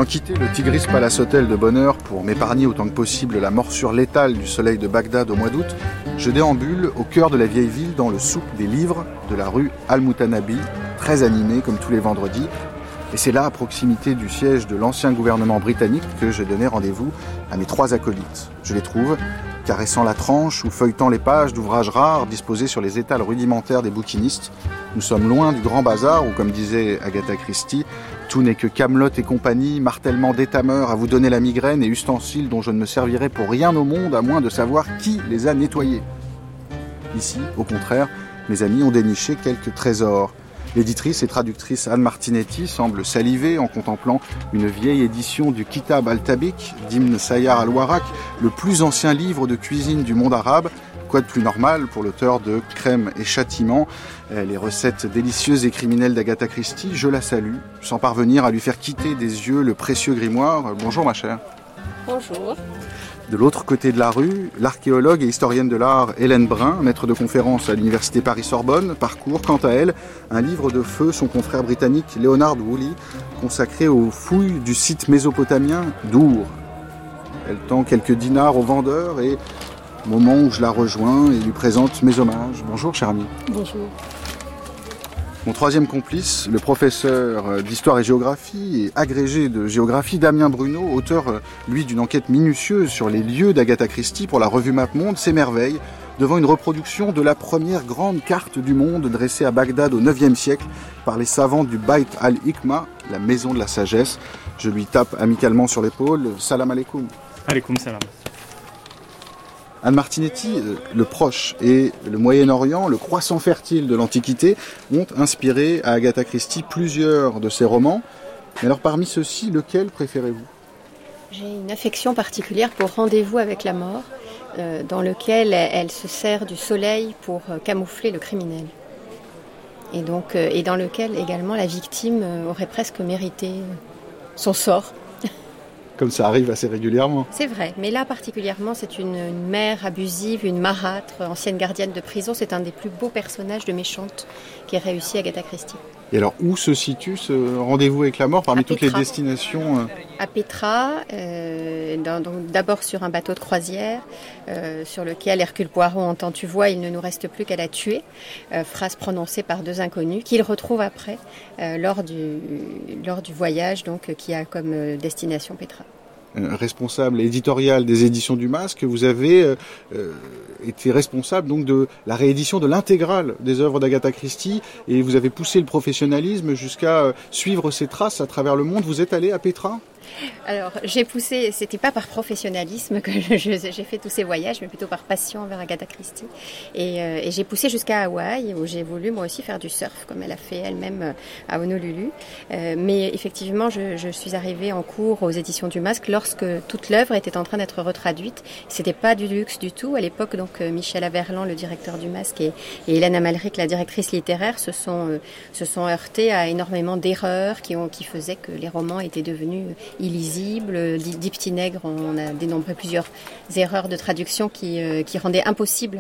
Ayant quitté le Tigris Palace Hotel de bonne heure pour m'épargner autant que possible la morsure létale du soleil de Bagdad au mois d'août, je déambule au cœur de la vieille ville dans le souk des livres de la rue Al-Mutanabi, très animé comme tous les vendredis. Et c'est là, à proximité du siège de l'ancien gouvernement britannique, que je donnais rendez-vous à mes 3 acolytes. Je les trouve caressant la tranche ou feuilletant les pages d'ouvrages rares disposés sur les étals rudimentaires des bouquinistes. Nous sommes loin du grand bazar où, comme disait Agatha Christie, tout n'est que Camelot et compagnie, martèlement d'étameurs à vous donner la migraine et ustensiles dont je ne me servirai pour rien au monde à moins de savoir qui les a nettoyés. Ici, au contraire, mes amis ont déniché quelques trésors. L'éditrice et traductrice Anne Martinetti semble saliver en contemplant une vieille édition du Kitab al-Tabik d'Ibn Sayyar al-Warraq, le plus ancien livre de cuisine du monde arabe. Quoi de plus normal pour l'auteur de Crème et Châtiment, les recettes délicieuses et criminelles d'Agatha Christie. Je la salue, sans parvenir à lui faire quitter des yeux le précieux grimoire. Bonjour ma chère. Bonjour. De l'autre côté de la rue, l'archéologue et historienne de l'art Hélène Brun, maître de conférence à l'université Paris-Sorbonne, parcourt quant à elle un livre de feu son confrère britannique Leonard Woolley, consacré aux fouilles du site mésopotamien d'Our. Elle tend quelques dinars au vendeur et, au moment où je la rejoins, et lui présente mes hommages. Bonjour cher ami. Bonjour. Mon troisième complice, le professeur d'histoire et géographie et agrégé de géographie Damien Bruno, auteur, lui, d'une enquête minutieuse sur les lieux d'Agatha Christie pour la revue MapMonde, s'émerveille devant une reproduction de la première grande carte du monde dressée à Bagdad au IXe siècle par les savants du Bayt al-Hikma, la maison de la sagesse. Je lui tape amicalement sur l'épaule. Salam alaikum. Alaikum salam. Anne Martinetti, le Proche et le Moyen-Orient, le croissant fertile de l'Antiquité, ont inspiré à Agatha Christie plusieurs de ses romans. Mais alors parmi ceux-ci, lequel préférez-vous ? J'ai une affection particulière pour Rendez-vous avec la mort, dans lequel elle se sert du soleil pour camoufler le criminel. Et dans lequel également la victime aurait presque mérité son sort. Comme ça arrive assez régulièrement. C'est vrai, mais là particulièrement, c'est une mère abusive, une marâtre, ancienne gardienne de prison. C'est un des plus beaux personnages de méchante qu'ait réussi Agatha Christie. Et alors, où se situe ce Rendez-vous avec la mort parmi toutes les destinations À Petra, d'abord sur un bateau de croisière, sur lequel Hercule Poirot entend « Tu vois, il ne nous reste plus qu'à la tuer », phrase prononcée par 2 inconnus, qu'il retrouve après lors du voyage qui a comme destination Petra. Responsable éditorial des éditions du Masque, vous avez été responsable donc de la réédition de l'intégrale des œuvres d'Agatha Christie et vous avez poussé le professionnalisme jusqu'à suivre ses traces à travers le monde. Vous êtes allé à Petra ? Alors, j'ai poussé, c'était pas par professionnalisme que j'ai fait tous ces voyages, mais plutôt par passion envers Agatha Christie. Et j'ai poussé jusqu'à Hawaï, où j'ai voulu moi aussi faire du surf, comme elle a fait elle-même à Honolulu. Mais effectivement, je suis arrivée en cours aux éditions du Masque lorsque toute l'œuvre était en train d'être retraduite. C'était pas du luxe du tout. À l'époque, donc, Michel Averland, le directeur du Masque, et Hélène Amalric, la directrice littéraire, se sont heurtés à énormément d'erreurs qui faisaient que les romans étaient devenus illisible. Dit Petit Nègre, on a dénombré plusieurs erreurs de traduction qui rendaient impossible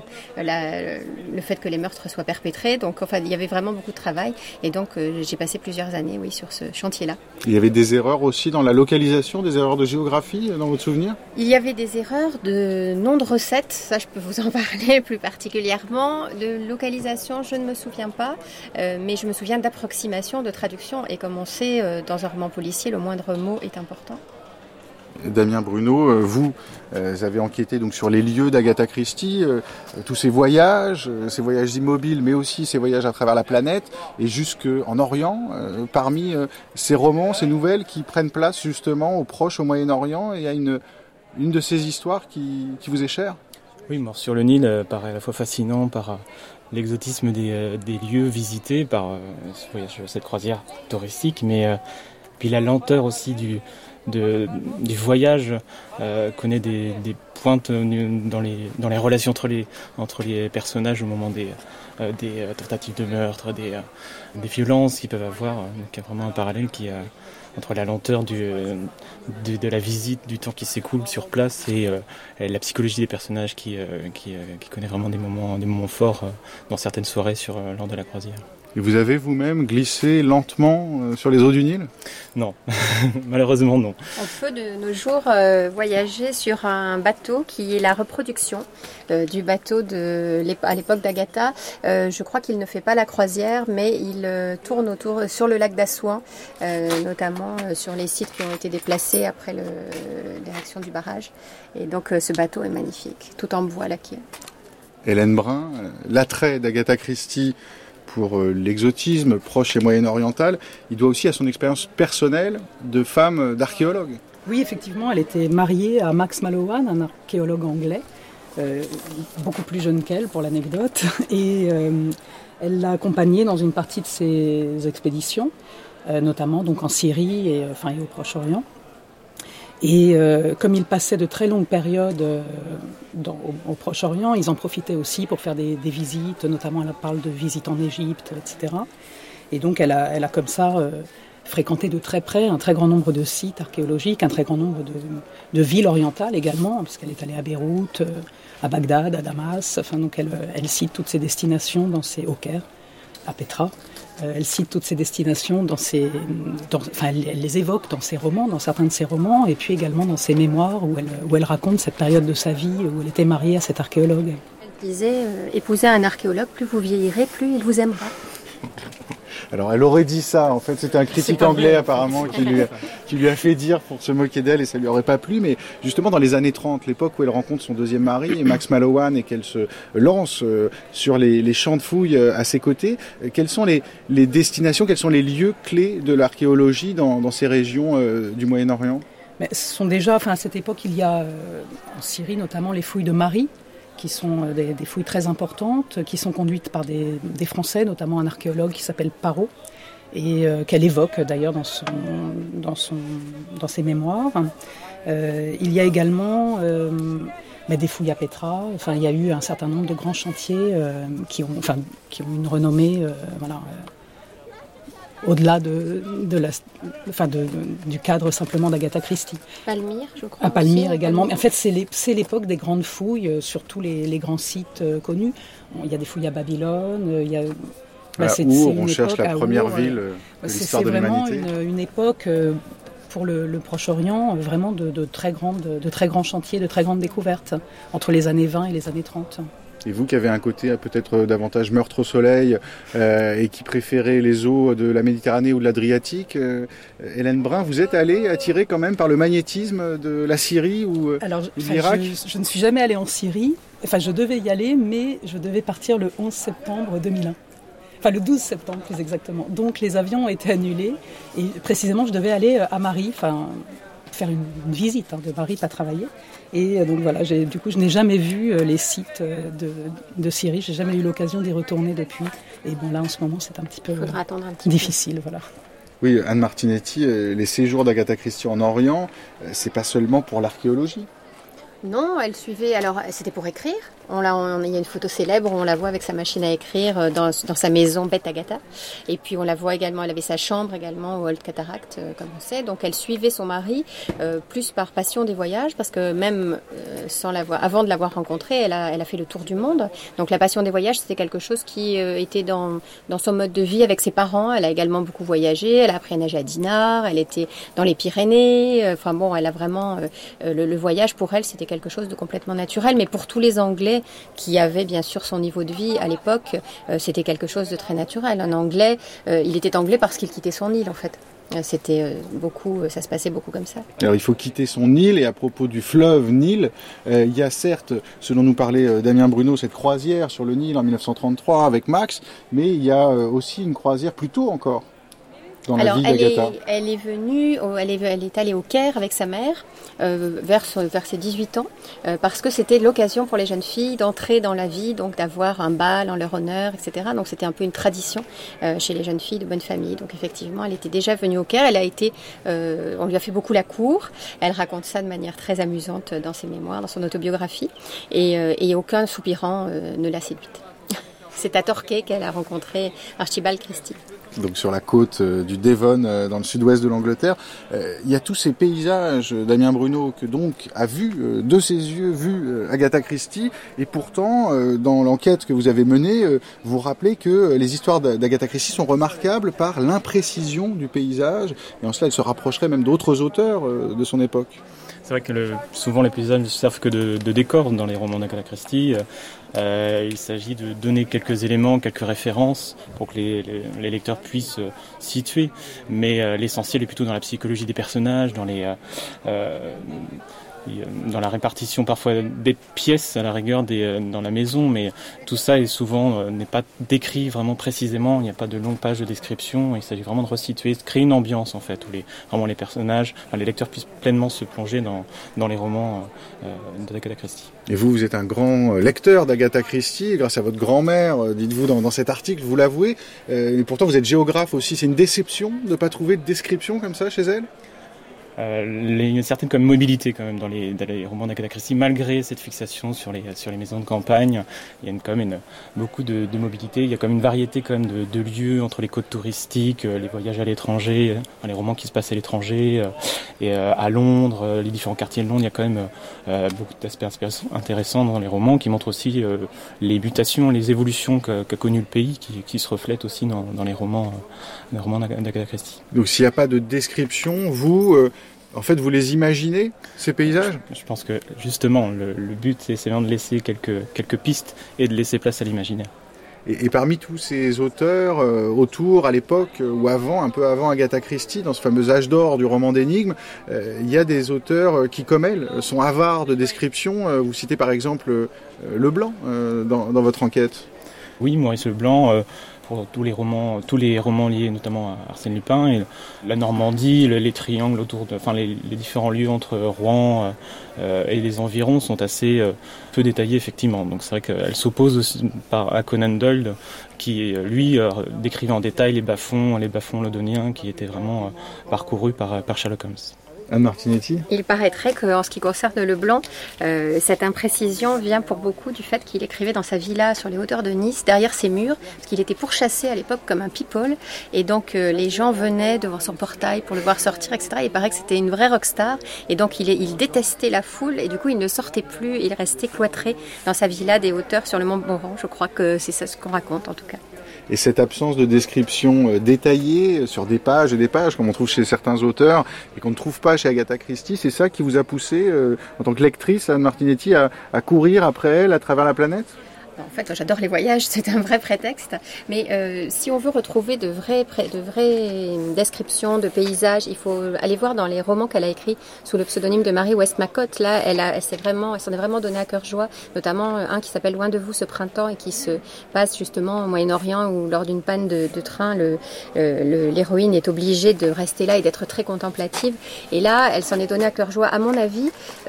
le fait que les meurtres soient perpétrés. Donc, enfin, il y avait vraiment beaucoup de travail. Et donc, j'ai passé plusieurs années, sur ce chantier-là. Il y avait des erreurs aussi dans la localisation, des erreurs de géographie, dans votre souvenir ? Il y avait des erreurs de nom de recettes. Ça, je peux vous en parler plus particulièrement. De localisation, je ne me souviens pas. Mais je me souviens d'approximation, de traduction. Et comme on sait, dans un roman policier, le moindre mot est important. Damien Bruno, vous avez enquêté donc sur les lieux d'Agatha Christie, tous ces voyages immobiles, mais aussi ces voyages à travers la planète et jusqu'en Orient, parmi ces romans, ces nouvelles qui prennent place justement au Proche, au Moyen-Orient, et il y a une de ces histoires qui vous est chère. Oui, Mort sur le Nil paraît à la fois fascinant par l'exotisme des lieux visités par ce voyage, cette croisière touristique, mais puis la lenteur aussi du voyage connaît des pointes dans les relations entre les personnages au moment des tentatives de meurtre, des violences qu'ils peuvent avoir. Donc il y a vraiment un parallèle entre la lenteur de la visite, du temps qui s'écoule sur place et la psychologie des personnages qui connaît vraiment des moments forts dans certaines soirées lors de la croisière. Et vous avez vous-même glissé lentement sur les eaux du Nil ? Non, malheureusement non. On peut de nos jours voyager sur un bateau qui est la reproduction du bateau à l'époque d'Agatha. Je crois qu'il ne fait pas la croisière, mais il tourne autour sur le lac d'Assouan, notamment sur les sites qui ont été déplacés après l'érection du barrage. Et donc ce bateau est magnifique, tout en bois laqué. Hélène Brun, l'attrait d'Agatha Christie pour l'exotisme proche et moyen-oriental, il doit aussi à son expérience personnelle de femme d'archéologue. Oui, effectivement, elle était mariée à Max Mallowan, un archéologue anglais, beaucoup plus jeune qu'elle pour l'anecdote, et elle l'a accompagnée dans une partie de ses expéditions, notamment donc en Syrie et au Proche-Orient. Et comme ils passaient de très longues périodes au Proche-Orient, ils en profitaient aussi pour faire des visites, notamment elle parle de visites en Égypte, etc. Et donc elle a comme ça fréquenté de très près un très grand nombre de sites archéologiques, un très grand nombre de villes orientales également, parce qu'elle est allée à Beyrouth, à Bagdad, à Damas. Donc elle cite toutes ces destinations au Caire, à Petra. Elle cite toutes ces destinations elle les évoque dans ses romans, dans certains de ses romans, et puis également dans ses mémoires où elle raconte cette période de sa vie où elle était mariée à cet archéologue. Elle disait épousez un archéologue, plus vous vieillirez, plus il vous aimera. Alors elle aurait dit ça, en fait c'était un critique anglais apparemment qui lui a fait dire pour se moquer d'elle et ça lui aurait pas plu, mais justement dans les années 30, l'époque où elle rencontre son deuxième mari, Max Mallowan, et qu'elle se lance sur les champs de fouilles à ses côtés, quelles sont les destinations, quels sont les lieux clés de l'archéologie dans ces régions du Moyen-Orient ? Mais ce sont déjà, à cette époque, il y a en Syrie notamment les fouilles de Mari, qui sont des fouilles très importantes, qui sont conduites par des Français, notamment un archéologue qui s'appelle Parot, et qu'elle évoque d'ailleurs dans ses mémoires. Il y a également des fouilles à Petra. Il y a eu un certain nombre de grands chantiers qui ont une renommée au-delà du cadre simplement d'Agatha Christie. Palmyre, je crois. À Palmyre également. Mais en fait, c'est l'époque des grandes fouilles sur tous les grands sites connus. Il y a des fouilles à Babylone, il y a... Our, on cherche la première ville de l'histoire de l'humanité. C'est vraiment une époque pour le Proche-Orient, vraiment de très grands chantiers, de très grandes découvertes, entre les années 20 et les années 30. Et vous qui avez un côté peut-être davantage meurtre au soleil et qui préférez les eaux de la Méditerranée ou de l'Adriatique, Hélène Brun, vous êtes allée attirée quand même par le magnétisme de la Syrie ou de l'Irak ? Je ne suis jamais allée en Syrie. Je devais y aller, mais je devais partir le 11 septembre 2001. Le 12 septembre plus exactement. Donc les avions ont été annulés et précisément je devais aller à Mari, faire une visite de Mari, pas travailler. Et donc voilà, je n'ai jamais vu les sites de Syrie, j'ai jamais eu l'occasion d'y retourner depuis. Et bon là en ce moment c'est un petit peu difficile. Voilà. Oui, Anne Martinetti, les séjours d'Agatha Christie en Orient, c'est pas seulement pour l'archéologie. Non, elle suivait. Alors, c'était pour écrire. Il y a une photo célèbre où on la voit avec sa machine à écrire dans sa maison Beth Agatha. Et puis on la voit également, elle avait sa chambre également au Old Cataract, comme on sait. Donc elle suivait son mari plus par passion des voyages, parce que même avant de l'avoir rencontré, elle a fait le tour du monde. Donc la passion des voyages, c'était quelque chose qui était dans son mode de vie avec ses parents. Elle a également beaucoup voyagé. Elle a appris à nager à Dinard. Elle était dans les Pyrénées. Elle a vraiment le voyage pour elle, c'était quelque chose de complètement naturel. Mais pour tous les Anglais qui avait bien sûr son niveau de vie à l'époque, c'était quelque chose de très naturel. Un Anglais, il était anglais parce qu'il quittait son île en fait. C'était ça se passait beaucoup comme ça. Alors il faut quitter son île, et à propos du fleuve Nil, il y a certes, ce dont nous parlait Damien Bruno, cette croisière sur le Nil en 1933 avec Max, mais il y a aussi une croisière plus tôt encore. Alors, elle est allée au Caire avec sa mère vers ses 18 ans parce que c'était l'occasion pour les jeunes filles d'entrer dans la vie, donc d'avoir un bal en leur honneur, etc. Donc c'était un peu une tradition chez les jeunes filles de bonne famille. Donc effectivement, elle était déjà venue au Caire. On lui a fait beaucoup la cour. Elle raconte ça de manière très amusante dans ses mémoires, dans son autobiographie. Et aucun soupirant ne l'a séduite. C'est à Torquay qu'elle a rencontré Archibald Christie. donc sur la côte du Devon, dans le sud-ouest de l'Angleterre. Il y a tous ces paysages, Damien Bruno, que donc a vu de ses yeux, Agatha Christie, et pourtant, dans l'enquête que vous avez menée, vous rappelez que les histoires d'Agatha Christie sont remarquables par l'imprécision du paysage, et en cela elle se rapprocherait même d'autres auteurs de son époque. C'est vrai que souvent les paysages ne servent que de décor dans les romans d'Agatha Christie. Il s'agit de donner quelques éléments, quelques références pour que les lecteurs puissent situer. Mais l'essentiel est plutôt dans la psychologie des personnages, dans la répartition parfois des pièces à la rigueur dans la maison, mais tout ça est souvent n'est pas décrit vraiment précisément. Il n'y a pas de longues pages de description. Il s'agit vraiment de resituer, de créer une ambiance en fait où les personnages, les lecteurs puissent pleinement se plonger dans les romans d'Agatha Christie. Et vous êtes un grand lecteur d'Agatha Christie, grâce à votre grand-mère, dites-vous dans cet article, vous l'avouez. Et pourtant vous êtes géographe aussi. C'est une déception de ne pas trouver de description comme ça chez elle ? Il y a une certaine comme mobilité quand même dans les romans d'Agatha Christie, malgré cette fixation sur les maisons de campagne. Il y a quand même beaucoup de mobilité. Il y a quand même une variété quand même de lieux entre les côtes touristiques, les voyages à l'étranger, les romans qui se passent à l'étranger, et à Londres, les différents quartiers de Londres. Il y a quand même beaucoup d'aspects intéressants dans les romans qui montrent aussi les mutations, les évolutions qu'a connu le pays, qui se reflètent aussi dans les romans d'Agatha Christie. Donc s'il n'y a pas de description, vous vous les imaginez, ces paysages ? Je pense que justement, le but, c'est vraiment de laisser quelques pistes et de laisser place à l'imaginaire. Et parmi tous ces auteurs autour, à l'époque ou un peu avant Agatha Christie, dans ce fameux âge d'or du roman d'énigmes, il y a des auteurs qui, comme elle, sont avares de descriptions. Vous citez par exemple Leblanc dans votre enquête. Oui, Maurice Leblanc, pour tous les romans liés notamment à Arsène Lupin, et la Normandie, les triangles autour les différents lieux entre Rouen et les environs sont assez peu détaillés effectivement. Donc c'est vrai qu'elle s'oppose aussi à Conan Doyle, qui lui décrivait en détail les bas-fonds londoniens qui étaient vraiment parcourus par Sherlock Holmes. Anne Martinetti ? Il paraîtrait qu'en ce qui concerne Leblanc, cette imprécision vient pour beaucoup du fait qu'il écrivait dans sa villa sur les hauteurs de Nice, derrière ses murs, parce qu'il était pourchassé à l'époque comme un people, et donc les gens venaient devant son portail pour le voir sortir, etc. Il paraît que c'était une vraie rockstar, et donc il détestait la foule, et du coup il ne sortait plus, il restait cloîtré dans sa villa des hauteurs sur le mont Boran. Je crois que c'est ça ce qu'on raconte en tout cas. Et cette absence de description détaillée sur des pages et des pages, comme on trouve chez certains auteurs, et qu'on ne trouve pas chez Agatha Christie, c'est ça qui vous a poussé, en tant que lectrice, Anne Martinetti, à courir après elle à travers la planète ? En fait, j'adore les voyages, c'est un vrai prétexte. Mais si on veut retrouver de vraies descriptions de paysages, il faut aller voir dans les romans qu'elle a écrits sous le pseudonyme de Mary Westmacott. Là, elle s'en est vraiment donné à cœur joie, notamment un qui s'appelle Loin de vous ce printemps et qui se passe justement au Moyen-Orient où lors d'une panne de train, l'héroïne est obligée de rester là et d'être très contemplative. Et là, elle s'en est donné à cœur joie. À mon avis,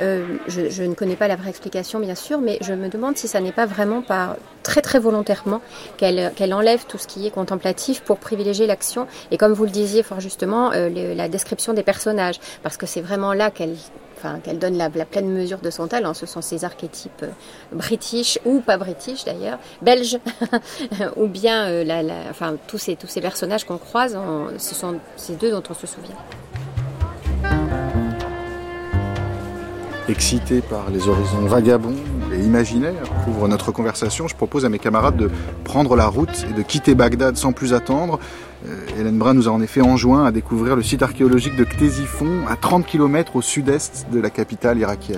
je ne connais pas la vraie explication bien sûr, mais je me demande si ça n'est pas vraiment très très volontairement qu'elle enlève tout ce qui est contemplatif pour privilégier l'action et comme vous le disiez fort justement la description des personnages parce que c'est vraiment là qu'elle donne la pleine mesure de son talent. Ce sont ces archétypes british ou pas british d'ailleurs, belges ou bien tous ces personnages qu'on croise, ce sont ces deux dont on se souvient. Excité par les horizons vagabonds et imaginaires qu'ouvre notre conversation, je propose à mes camarades de prendre la route et de quitter Bagdad sans plus attendre. Hélène Brun nous a en effet enjoint à découvrir le site archéologique de Ctésiphon, à 30 km au sud-est de la capitale irakienne.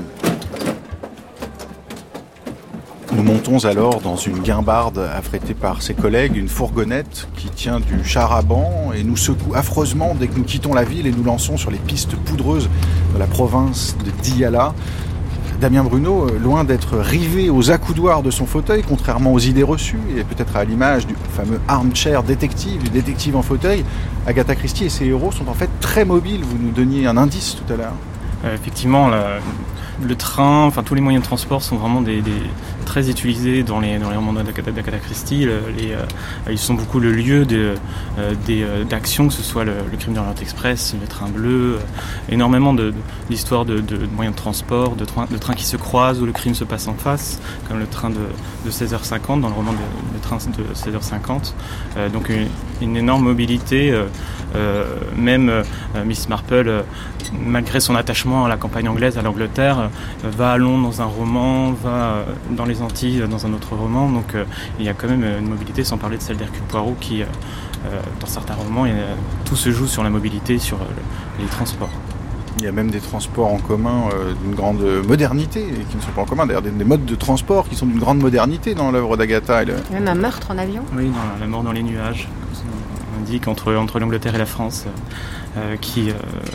Nous montons alors dans une guimbarde affrétée par ses collègues, une fourgonnette qui tient du char-à-banc et nous secoue affreusement dès que nous quittons la ville et nous lançons sur les pistes poudreuses de la province de Diyala. Damien Bruno, loin d'être rivé aux accoudoirs de son fauteuil, contrairement aux idées reçues, et peut-être à l'image du fameux armchair détective, du détective en fauteuil, Agatha Christie et ses héros sont en fait très mobiles. Vous nous donniez un indice tout à l'heure. Effectivement, le train, tous les moyens de transport sont vraiment des très utilisés dans les romans d'Agatha Christie. Ils sont beaucoup le lieu d'actions, que ce soit le crime de l'Orient Express, le train bleu, énormément d'histoires de moyens de transport, de trains qui se croisent où le crime se passe en face, comme le train de 16h50 dans le roman le train de 16h50. Donc une énorme mobilité. Même Miss Marple, malgré son attachement à la campagne anglaise, à l'Angleterre, va à Londres dans un roman, va dans les Antilles dans un autre roman. Donc il y a quand même une mobilité, sans parler de celle d'Hercule Poirot qui, dans certains romans, tout se joue sur la mobilité, sur les transports. Il y a même des transports en commun d'une grande modernité, et qui ne sont pas en commun, d'ailleurs des modes de transport qui sont d'une grande modernité dans l'œuvre d'Agatha. Même un meurtre en avion. Oui, dans La mort dans les nuages, comme on indique, entre l'Angleterre et la France, où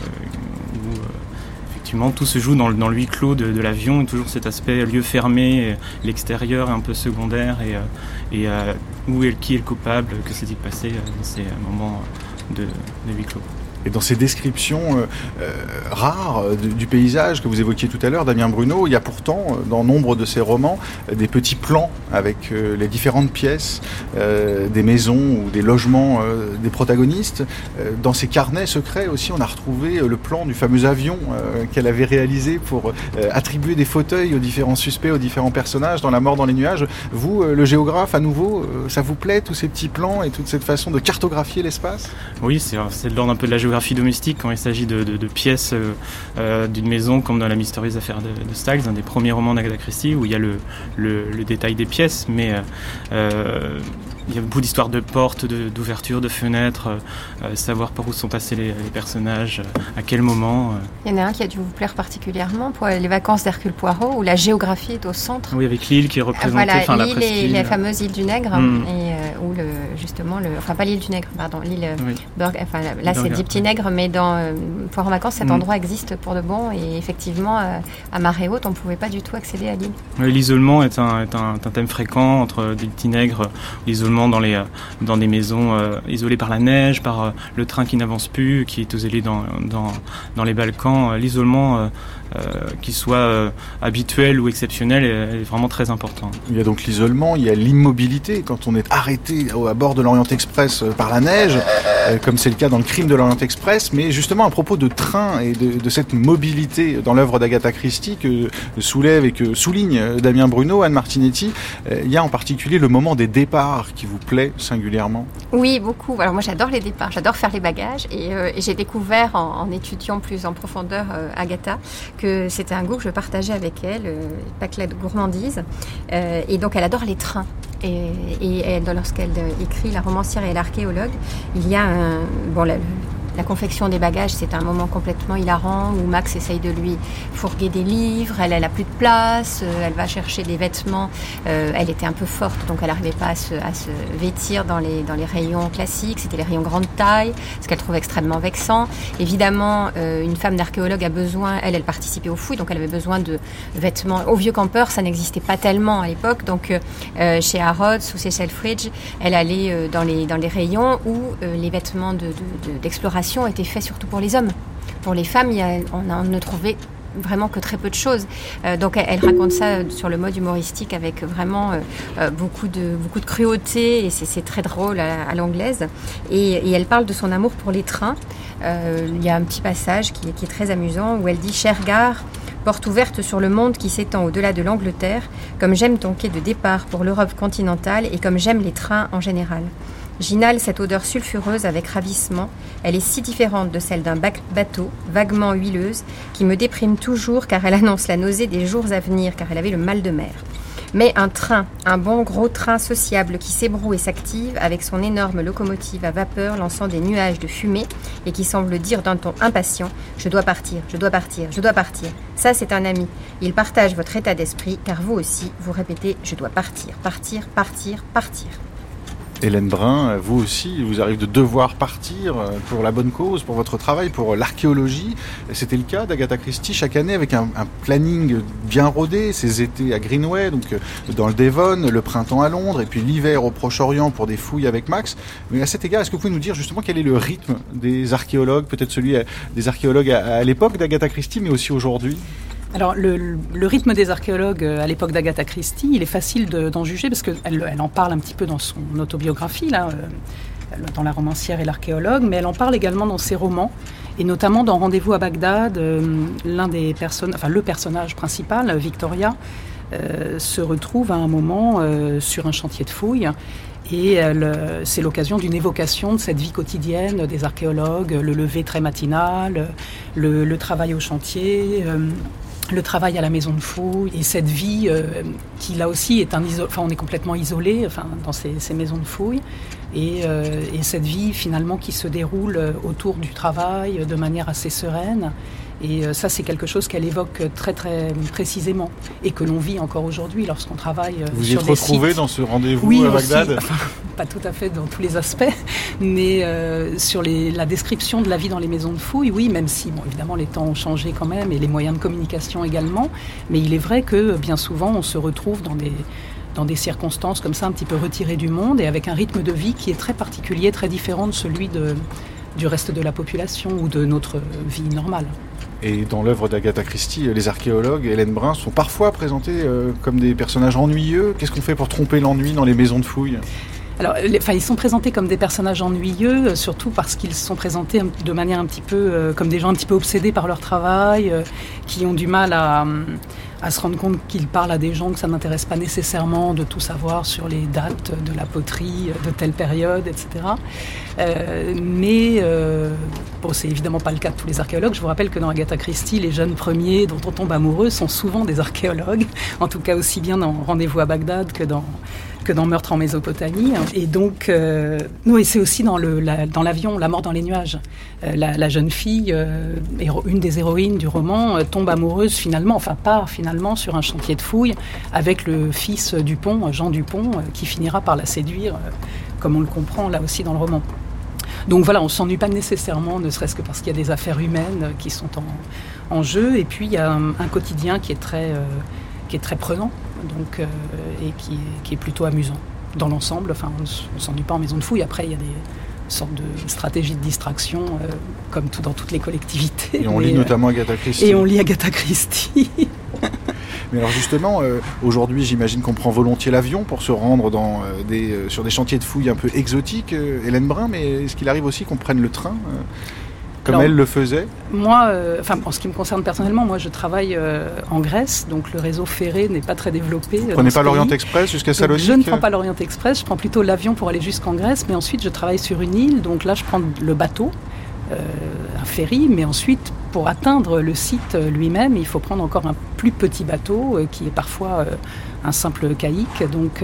effectivement tout se joue dans le huis clos de l'avion, et toujours cet aspect lieu fermé, l'extérieur un peu secondaire, et qui est le coupable, que s'est-il passé dans ces moments de huis clos. Et dans ces descriptions rares du paysage que vous évoquiez tout à l'heure, Damien Bruno, il y a pourtant, dans nombre de ces romans, des petits plans avec les différentes pièces des maisons ou des logements des protagonistes. Dans ces carnets secrets aussi, on a retrouvé le plan du fameux avion qu'elle avait réalisé pour attribuer des fauteuils aux différents suspects, aux différents personnages dans La mort dans les nuages. Vous, le géographe, à nouveau, ça vous plaît, tous ces petits plans et toute cette façon de cartographier l'espace ? Oui, c'est de l'ordre un peu de la géographie domestique quand il s'agit de pièces d'une maison, comme dans La mystérieuse affaire de Styles, un des premiers romans d'Agatha Christie, où il y a le détail des pièces, mais il y a beaucoup d'histoires de portes, d'ouvertures, de fenêtres, savoir par où sont passés les personnages, à quel moment. Il y en a un qui a dû vous plaire particulièrement pour les vacances d'Hercule Poirot, où la géographie est au centre. Oui, avec l'île qui est représentée, voilà, la presqu'île. La fameuse île du Nègre, et où pas l'île du Nègre, pardon, l'île là c'est dit Petit Nègre, mais dans Poirot en vacances, cet endroit existe pour de bon, et effectivement, à marée haute, on ne pouvait pas du tout accéder à l'île. Oui, l'isolement est un thème fréquent entre des petits nègres, l'isolement dans des maisons isolées par la neige, par le train qui n'avance plus, qui est isolé dans les Balkans. L'isolement, qu'il soit habituel ou exceptionnel, est vraiment très important. Il y a donc l'isolement, il y a l'immobilité quand on est arrêté à bord de l'Orient Express par la neige, comme c'est le cas dans le crime de l'Orient Express. Mais justement, à propos de train et de cette mobilité dans l'œuvre d'Agatha Christie que soulève et que souligne Damien Bruno, Anne Martinetti, il y a en particulier le moment des départs qui vous plaît singulièrement. Oui, beaucoup. Alors moi j'adore les départs, j'adore faire les bagages, et j'ai découvert en étudiant plus en profondeur Agatha que c'était un goût que je partageais avec elle, pas de gourmandise, et donc elle adore les trains. Et lorsqu'elle écrit La romancière et l'archéologue, il y a la confection des bagages, c'est un moment complètement hilarant où Max essaye de lui fourguer des livres, elle a plus de place, elle va chercher des vêtements, elle était un peu forte, donc elle n'arrivait pas à se vêtir dans les rayons classiques, c'était les rayons grande taille, ce qu'elle trouve extrêmement vexant. Évidemment, une femme d'archéologue a besoin, elle participait aux fouilles, donc elle avait besoin de vêtements. Au Vieux Campeur, ça n'existait pas tellement à l'époque, donc chez Harrods ou chez Selfridge, elle allait dans les rayons où les vêtements d'exploration était fait surtout pour les hommes. Pour les femmes, on ne trouvait vraiment que très peu de choses. Donc elle raconte ça sur le mode humoristique avec vraiment beaucoup de cruauté, et c'est très drôle à l'anglaise. Et elle parle de son amour pour les trains. Il y a un petit passage qui est très amusant où elle dit « Chère gare, porte ouverte sur le monde qui s'étend au-delà de l'Angleterre, comme j'aime ton quai de départ pour l'Europe continentale et comme j'aime les trains en général. J'inhale cette odeur sulfureuse avec ravissement. Elle est si différente de celle d'un bateau, vaguement huileuse, qui me déprime toujours car elle annonce la nausée des jours à venir, car elle avait le mal de mer. Mais un train, un bon gros train sociable qui s'ébroue et s'active avec son énorme locomotive à vapeur lançant des nuages de fumée et qui semble dire d'un ton impatient « Je dois partir, je dois partir, je dois partir ». Ça, c'est un ami. Il partage votre état d'esprit car vous aussi, vous répétez « Je dois partir, partir, partir, partir ». Hélène Brun, vous aussi, il vous arrive de devoir partir pour la bonne cause, pour votre travail, pour l'archéologie. C'était le cas d'Agatha Christie chaque année avec un planning bien rodé, ses étés à Greenway, donc dans le Devon, le printemps à Londres, et puis l'hiver au Proche-Orient pour des fouilles avec Max. Mais à cet égard, est-ce que vous pouvez nous dire justement quel est le rythme des archéologues, peut-être celui des archéologues à l'époque d'Agatha Christie, mais aussi aujourd'hui ? Alors, le rythme des archéologues à l'époque d'Agatha Christie, il est facile d'en juger parce qu'elle en parle un petit peu dans son autobiographie, là, dans La romancière et l'archéologue, mais elle en parle également dans ses romans, et notamment dans Rendez-vous à Bagdad, le personnage principal, Victoria, se retrouve à un moment sur un chantier de fouilles. Et c'est l'occasion d'une évocation de cette vie quotidienne des archéologues, le lever très matinal, le travail au chantier, le travail à la maison de fouilles, et cette vie qui là aussi est on est complètement isolé dans ces maisons de fouilles, et cette vie finalement qui se déroule autour du travail de manière assez sereine. Et ça, c'est quelque chose qu'elle évoque très très précisément et que l'on vit encore aujourd'hui lorsqu'on travaille sur des sites. Vous y êtes retrouvé dans ce rendez-vous oui, à Bagdad aussi, pas tout à fait dans tous les aspects, mais sur la description de la vie dans les maisons de fouilles, oui, même si, évidemment, les temps ont changé quand même et les moyens de communication également, mais il est vrai que bien souvent, on se retrouve dans des circonstances comme ça, un petit peu retirées du monde et avec un rythme de vie qui est très particulier, très différent de celui du reste de la population ou de notre vie normale. Et dans l'œuvre d'Agatha Christie, les archéologues, Hélène Brun, sont parfois présentés comme des personnages ennuyeux. Qu'est-ce qu'on fait pour tromper l'ennui dans les maisons de fouilles ? Alors, ils sont présentés comme des personnages ennuyeux, surtout parce qu'ils sont présentés de manière un petit peu comme des gens un petit peu obsédés par leur travail, qui ont du mal à se rendre compte qu'ils parlent à des gens que ça n'intéresse pas nécessairement de tout savoir sur les dates de la poterie de telle période, etc. Bon, c'est évidemment pas le cas de tous les archéologues. Je vous rappelle que dans Agatha Christie, les jeunes premiers dont on tombe amoureux sont souvent des archéologues, en tout cas aussi bien dans Rendez-vous à Bagdad que dans Meurtre en Mésopotamie. Et donc, oui, c'est aussi dans l'avion, La mort dans les nuages. La jeune fille, une des héroïnes du roman, tombe amoureuse part finalement sur un chantier de fouilles avec le fils Dupont, Jean Dupont, qui finira par la séduire, comme on le comprend là aussi dans le roman. Donc voilà, on ne s'ennuie pas nécessairement, ne serait-ce que parce qu'il y a des affaires humaines qui sont en jeu, et puis il y a un quotidien qui est très prenant, donc, et qui est plutôt amusant dans l'ensemble. Enfin, on ne s'ennuie pas en maison de fouilles. Après, il y a des sortes de stratégies de distraction, comme dans toutes les collectivités. Et on lit notamment Agatha Christie. Et on lit Agatha Christie. Mais alors justement, aujourd'hui, j'imagine qu'on prend volontiers l'avion pour se rendre sur des chantiers de fouilles un peu exotiques, Hélène Brun, mais est-ce qu'il arrive aussi qu'on prenne le train comme elle le faisait ? Moi, en ce qui me concerne personnellement, moi je travaille en Grèce, donc le réseau ferré n'est pas très développé. Vous ne prenez pas l'Orient Express jusqu'à Salonique ? Je ne prends pas l'Orient Express, je prends plutôt l'avion pour aller jusqu'en Grèce, mais ensuite je travaille sur une île, donc là je prends le bateau, un ferry, mais ensuite pour atteindre le site lui-même, il faut prendre encore un plus petit bateau qui est parfois un simple caïque. Donc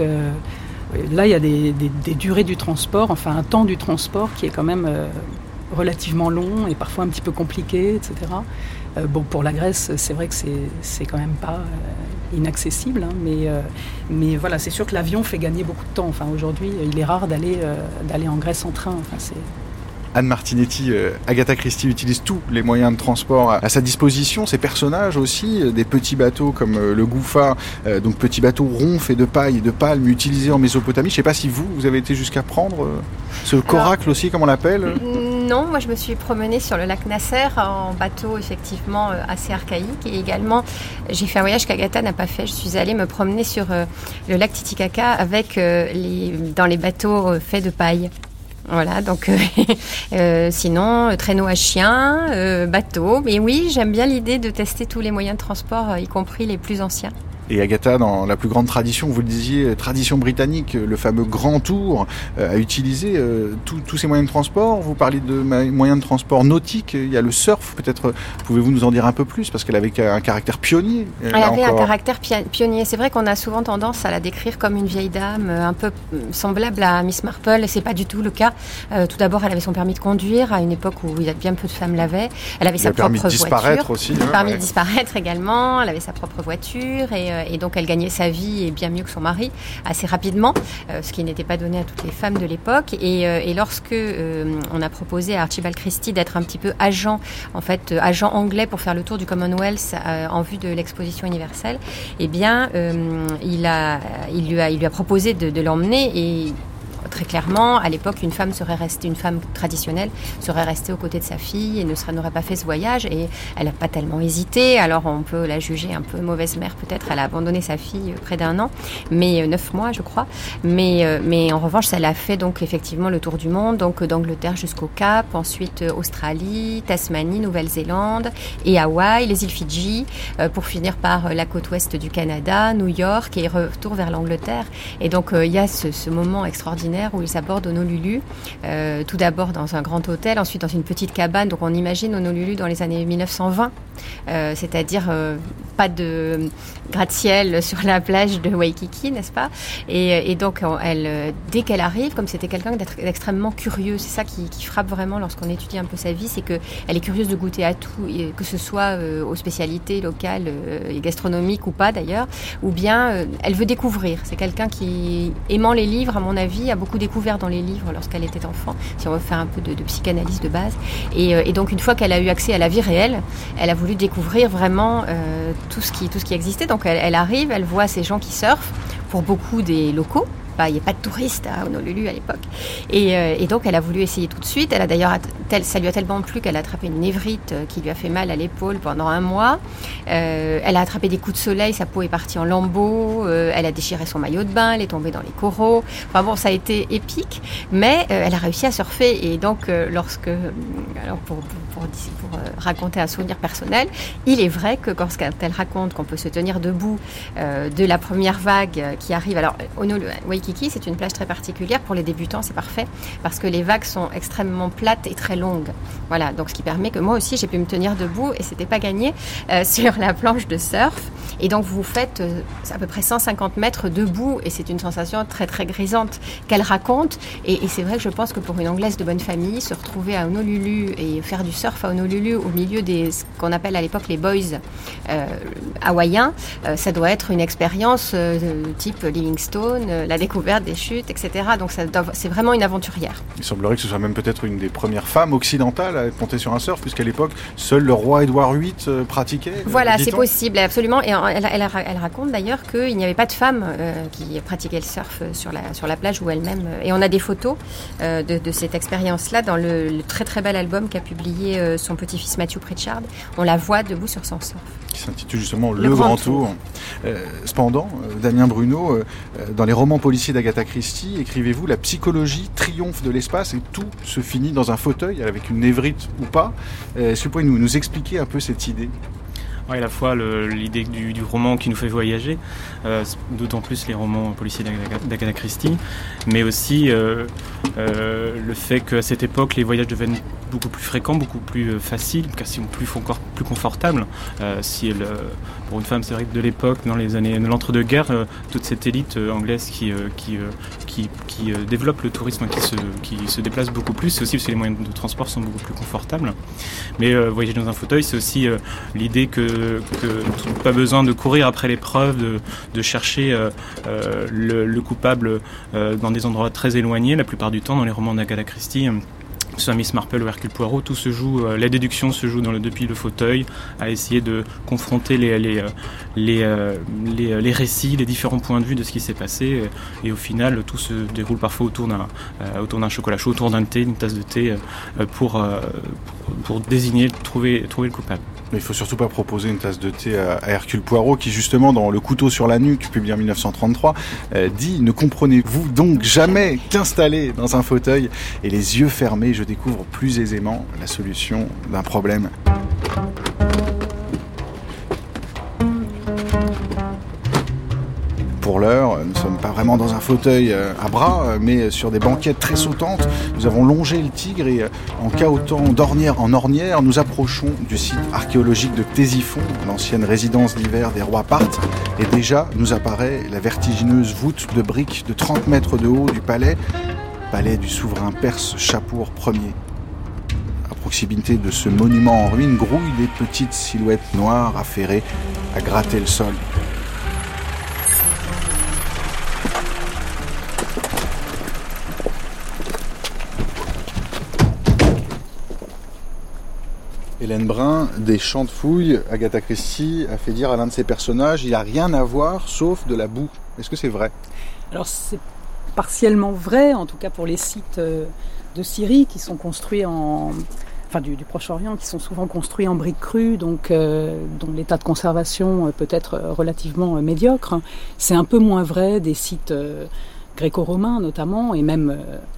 là il y a des durées du transport, un temps du transport qui est quand même relativement long et parfois un petit peu compliqué, etc. Pour la Grèce, c'est vrai que c'est quand même pas inaccessible, mais voilà, c'est sûr que l'avion fait gagner beaucoup de temps. Aujourd'hui, il est rare d'aller en Grèce en train. Anne Martinetti, Agatha Christie utilise tous les moyens de transport à sa disposition, ses personnages aussi, des petits bateaux comme le Goufa, donc petits bateaux ronds faits de paille et de palmes utilisés en Mésopotamie. Je ne sais pas si vous avez été jusqu'à prendre ce coracle aussi, comme on l'appelle. Non, moi je me suis promenée sur le lac Nasser en bateau effectivement assez archaïque, et également j'ai fait un voyage qu'Agatha n'a pas fait. Je suis allée me promener sur le lac Titicaca avec dans les bateaux faits de paille. Voilà, donc sinon, traîneau à chien, bateau. Mais oui, j'aime bien l'idée de tester tous les moyens de transport, y compris les plus anciens. Et Agatha, dans la plus grande tradition, vous le disiez, tradition britannique, le fameux Grand Tour, a utilisé tous ces moyens de transport. Vous parlez de moyens de transport nautiques, il y a le surf, peut-être pouvez-vous nous en dire un peu plus, parce qu'elle avait un caractère pionnier. Elle avait un caractère pionnier. C'est vrai qu'on a souvent tendance à la décrire comme une vieille dame, un peu semblable à Miss Marple, et c'est pas du tout le cas. Tout d'abord, elle avait son permis de conduire, à une époque où il y a bien peu de femmes l'avaient. Elle avait sa propre voiture. Le permis de disparaître aussi. Le permis de disparaître également. Elle avait sa propre voiture, et donc elle gagnait sa vie, et bien mieux que son mari, assez rapidement, ce qui n'était pas donné à toutes les femmes de l'époque. Et lorsque on a proposé à Archibald Christie d'être un petit peu agent anglais pour faire le tour du Commonwealth en vue de l'exposition universelle, eh bien, il lui a proposé de l'emmener, et très clairement, à l'époque, une femme traditionnelle serait restée aux côtés de sa fille et n'aurait pas fait ce voyage. Et elle n'a pas tellement hésité. Alors on peut la juger un peu mauvaise mère peut-être. Elle a abandonné sa fille près d'1 an, mais 9 mois je crois. Mais en revanche, elle a fait donc effectivement le tour du monde, donc d'Angleterre jusqu'au Cap, ensuite Australie, Tasmanie, Nouvelle-Zélande et Hawaï, les îles Fidji, pour finir par la côte ouest du Canada, New York et retour vers l'Angleterre. Et donc il y a ce moment extraordinaire où ils abordent Honolulu, tout d'abord dans un grand hôtel, ensuite dans une petite cabane. Donc on imagine Honolulu dans les années 1920, c'est-à-dire pas de gratte-ciel sur la plage de Waikiki, n'est-ce pas ? Et donc dès qu'elle arrive, comme c'était quelqu'un d'extrêmement curieux, c'est ça qui frappe vraiment lorsqu'on étudie un peu sa vie, c'est qu'elle est curieuse de goûter à tout, que ce soit aux spécialités locales et gastronomiques ou pas d'ailleurs, ou bien elle veut découvrir. C'est quelqu'un qui, aimant les livres, à mon avis, a beaucoup découvert dans les livres lorsqu'elle était enfant, si on veut faire un peu de psychanalyse de base. Et donc une fois qu'elle a eu accès à la vie réelle, elle a voulu découvrir vraiment tout ce qui existait. Donc elle arrive, elle voit ces gens qui surfent, pour beaucoup des locaux. Il n'y a pas de touristes à Honolulu à l'époque. Et donc, elle a voulu essayer tout de suite. Elle a d'ailleurs, ça lui a tellement plu qu'elle a attrapé une névrite qui lui a fait mal à l'épaule pendant 1 mois. Elle a attrapé des coups de soleil, sa peau est partie en lambeaux. Elle a déchiré son maillot de bain, elle est tombée dans les coraux. Enfin bon, ça a été épique, mais elle a réussi à surfer. Et donc, pour raconter un souvenir personnel, il est vrai que quand elle raconte qu'on peut se tenir debout de la première vague qui arrive, alors Waikiki, c'est une plage très particulière. Pour les débutants, c'est parfait parce que les vagues sont extrêmement plates et très longues. Voilà, donc ce qui permet que moi aussi, j'ai pu me tenir debout et c'était pas gagné sur la planche de surf. Et donc, vous faites à peu près 150 mètres debout et c'est une sensation très, très grisante qu'elle raconte. Et c'est vrai que je pense que pour une Anglaise de bonne famille, se retrouver à Honolulu et faire du surf à Honolulu au milieu ce qu'on appelle à l'époque les boys hawaïens, ça doit être une expérience type Livingstone, la découverte des chutes, etc. Donc c'est vraiment une aventurière. Il semblerait que ce soit même peut-être une des premières femmes occidentales à être montée sur un surf, puisqu'à l'époque, seul le roi Édouard VIII pratiquait. Voilà, c'est possible, absolument. Et elle raconte d'ailleurs qu'il n'y avait pas de femmes qui pratiquaient le surf sur la plage où elle-même... Et on a des photos de cette expérience-là dans le très très bel album qu'a publié son petit-fils Matthew Pritchard. On la voit debout sur son surf. Qui s'intitule justement Le Grand Tour. Cependant, Damien Bruno, dans les romans policiers d'Agatha Christie, écrivez-vous la psychologie triomphe de l'espace et tout se finit dans un fauteuil, avec une névrite ou pas. Est-ce que vous pouvez nous expliquer un peu cette idée ? Oui, à la fois l'idée du roman qui nous fait voyager, d'autant plus les romans policiers d'Agatha Christie, mais aussi le fait qu'à cette époque, les voyages deviennent beaucoup plus fréquents, beaucoup plus faciles, encore plus confortables. Pour une femme, c'est vrai que de l'époque, dans les années de l'entre-deux-guerres, toute cette élite anglaise qui développe le tourisme, qui se déplace beaucoup plus, c'est aussi parce que les moyens de transport sont beaucoup plus confortables. Mais voyager dans un fauteuil, c'est aussi l'idée que pas besoin de courir après l'épreuve, de chercher le coupable dans des endroits très éloignés. La plupart du temps, dans les romans d'Agatha Christie, que ce soit Miss Marple ou Hercule Poirot, tout se joue, la déduction se joue depuis le fauteuil, à essayer de confronter les récits, les différents points de vue de ce qui s'est passé, et au final tout se déroule parfois autour d'un chocolat chaud, autour d'un thé, une tasse de thé, pour désigner, trouver le coupable. Mais il ne faut surtout pas proposer une tasse de thé à Hercule Poirot qui, justement, dans Le couteau sur la nuque, publié en 1933, dit « Ne comprenez-vous donc jamais qu'installé dans un fauteuil et les yeux fermés, je découvre plus aisément la solution d'un problème ». Pour l'heure, nous ne sommes pas vraiment dans un fauteuil à bras, mais sur des banquettes très sautantes. Nous avons longé le Tigre et en cahotant d'ornière en ornière, nous approchons du site archéologique de Ctésiphon, l'ancienne résidence d'hiver des rois parthes. Et déjà, nous apparaît la vertigineuse voûte de briques de 30 mètres de haut du palais du souverain perse Chapour Ier. À proximité de ce monument en ruine grouillent des petites silhouettes noires affairées à gratter le sol. Hélène Brun, des Champs de Fouilles, Agatha Christie a fait dire à l'un de ses personnages « Il n'y a rien à voir sauf de la boue ». Est-ce que c'est vrai ? Alors c'est partiellement vrai, en tout cas pour les sites de Syrie qui sont construits du Proche-Orient, qui sont souvent construits en briques crues, donc dont l'état de conservation peut être relativement médiocre. C'est un peu moins vrai des sites gréco-romains notamment, et même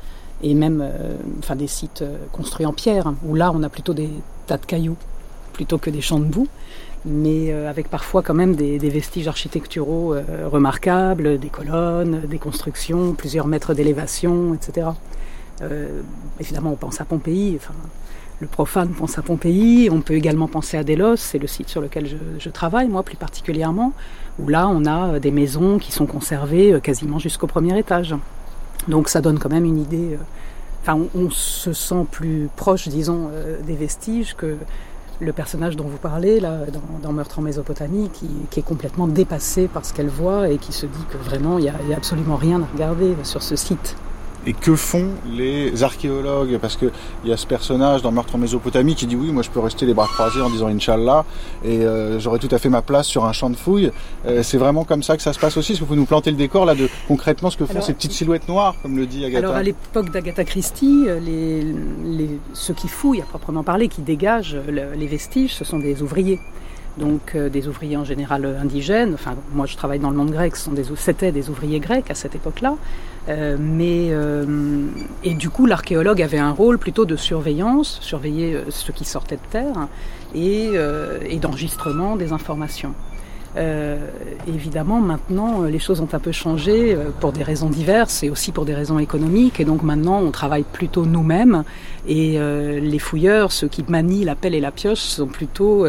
des sites construits en pierre, où là on a plutôt des tas de cailloux plutôt que des champs de boue, mais avec parfois quand même des vestiges architecturaux remarquables, des colonnes, des constructions, plusieurs mètres d'élévation, etc. Évidemment, on pense à Pompéi, le profane pense à Pompéi, on peut également penser à Délos, c'est le site sur lequel je travaille, moi plus particulièrement, où là on a des maisons qui sont conservées quasiment jusqu'au premier étage. Donc ça donne quand même une idée, on se sent plus proche, disons, des vestiges que le personnage dont vous parlez, là, dans Meurtre en Mésopotamie, qui est complètement dépassé par ce qu'elle voit et qui se dit que vraiment il y a absolument rien à regarder sur ce site. Et que font les archéologues? Parce qu'il y a ce personnage dans Meurtre en Mésopotamie qui dit oui, moi je peux rester les bras croisés en disant Inch'Allah et j'aurai tout à fait ma place sur un champ de fouilles. C'est vraiment comme ça que ça se passe aussi? Est-ce que vous pouvez nous planter le décor là de concrètement ce que font ces petites silhouettes noires, comme le dit Agatha? Alors à l'époque d'Agatha Christie, ceux qui fouillent à proprement parler, qui dégagent les vestiges, ce sont des ouvriers. Donc des ouvriers en général indigènes. Enfin, moi je travaille dans le monde grec, c'était des ouvriers grecs à cette époque-là. Et du coup, l'archéologue avait un rôle plutôt de surveillance, surveiller ceux qui sortaient de terre et d'enregistrement des informations. Évidemment, maintenant, les choses ont un peu changé pour des raisons diverses et aussi pour des raisons économiques. Et donc maintenant, on travaille plutôt nous-mêmes. Et les fouilleurs, ceux qui manient la pelle et la pioche, sont plutôt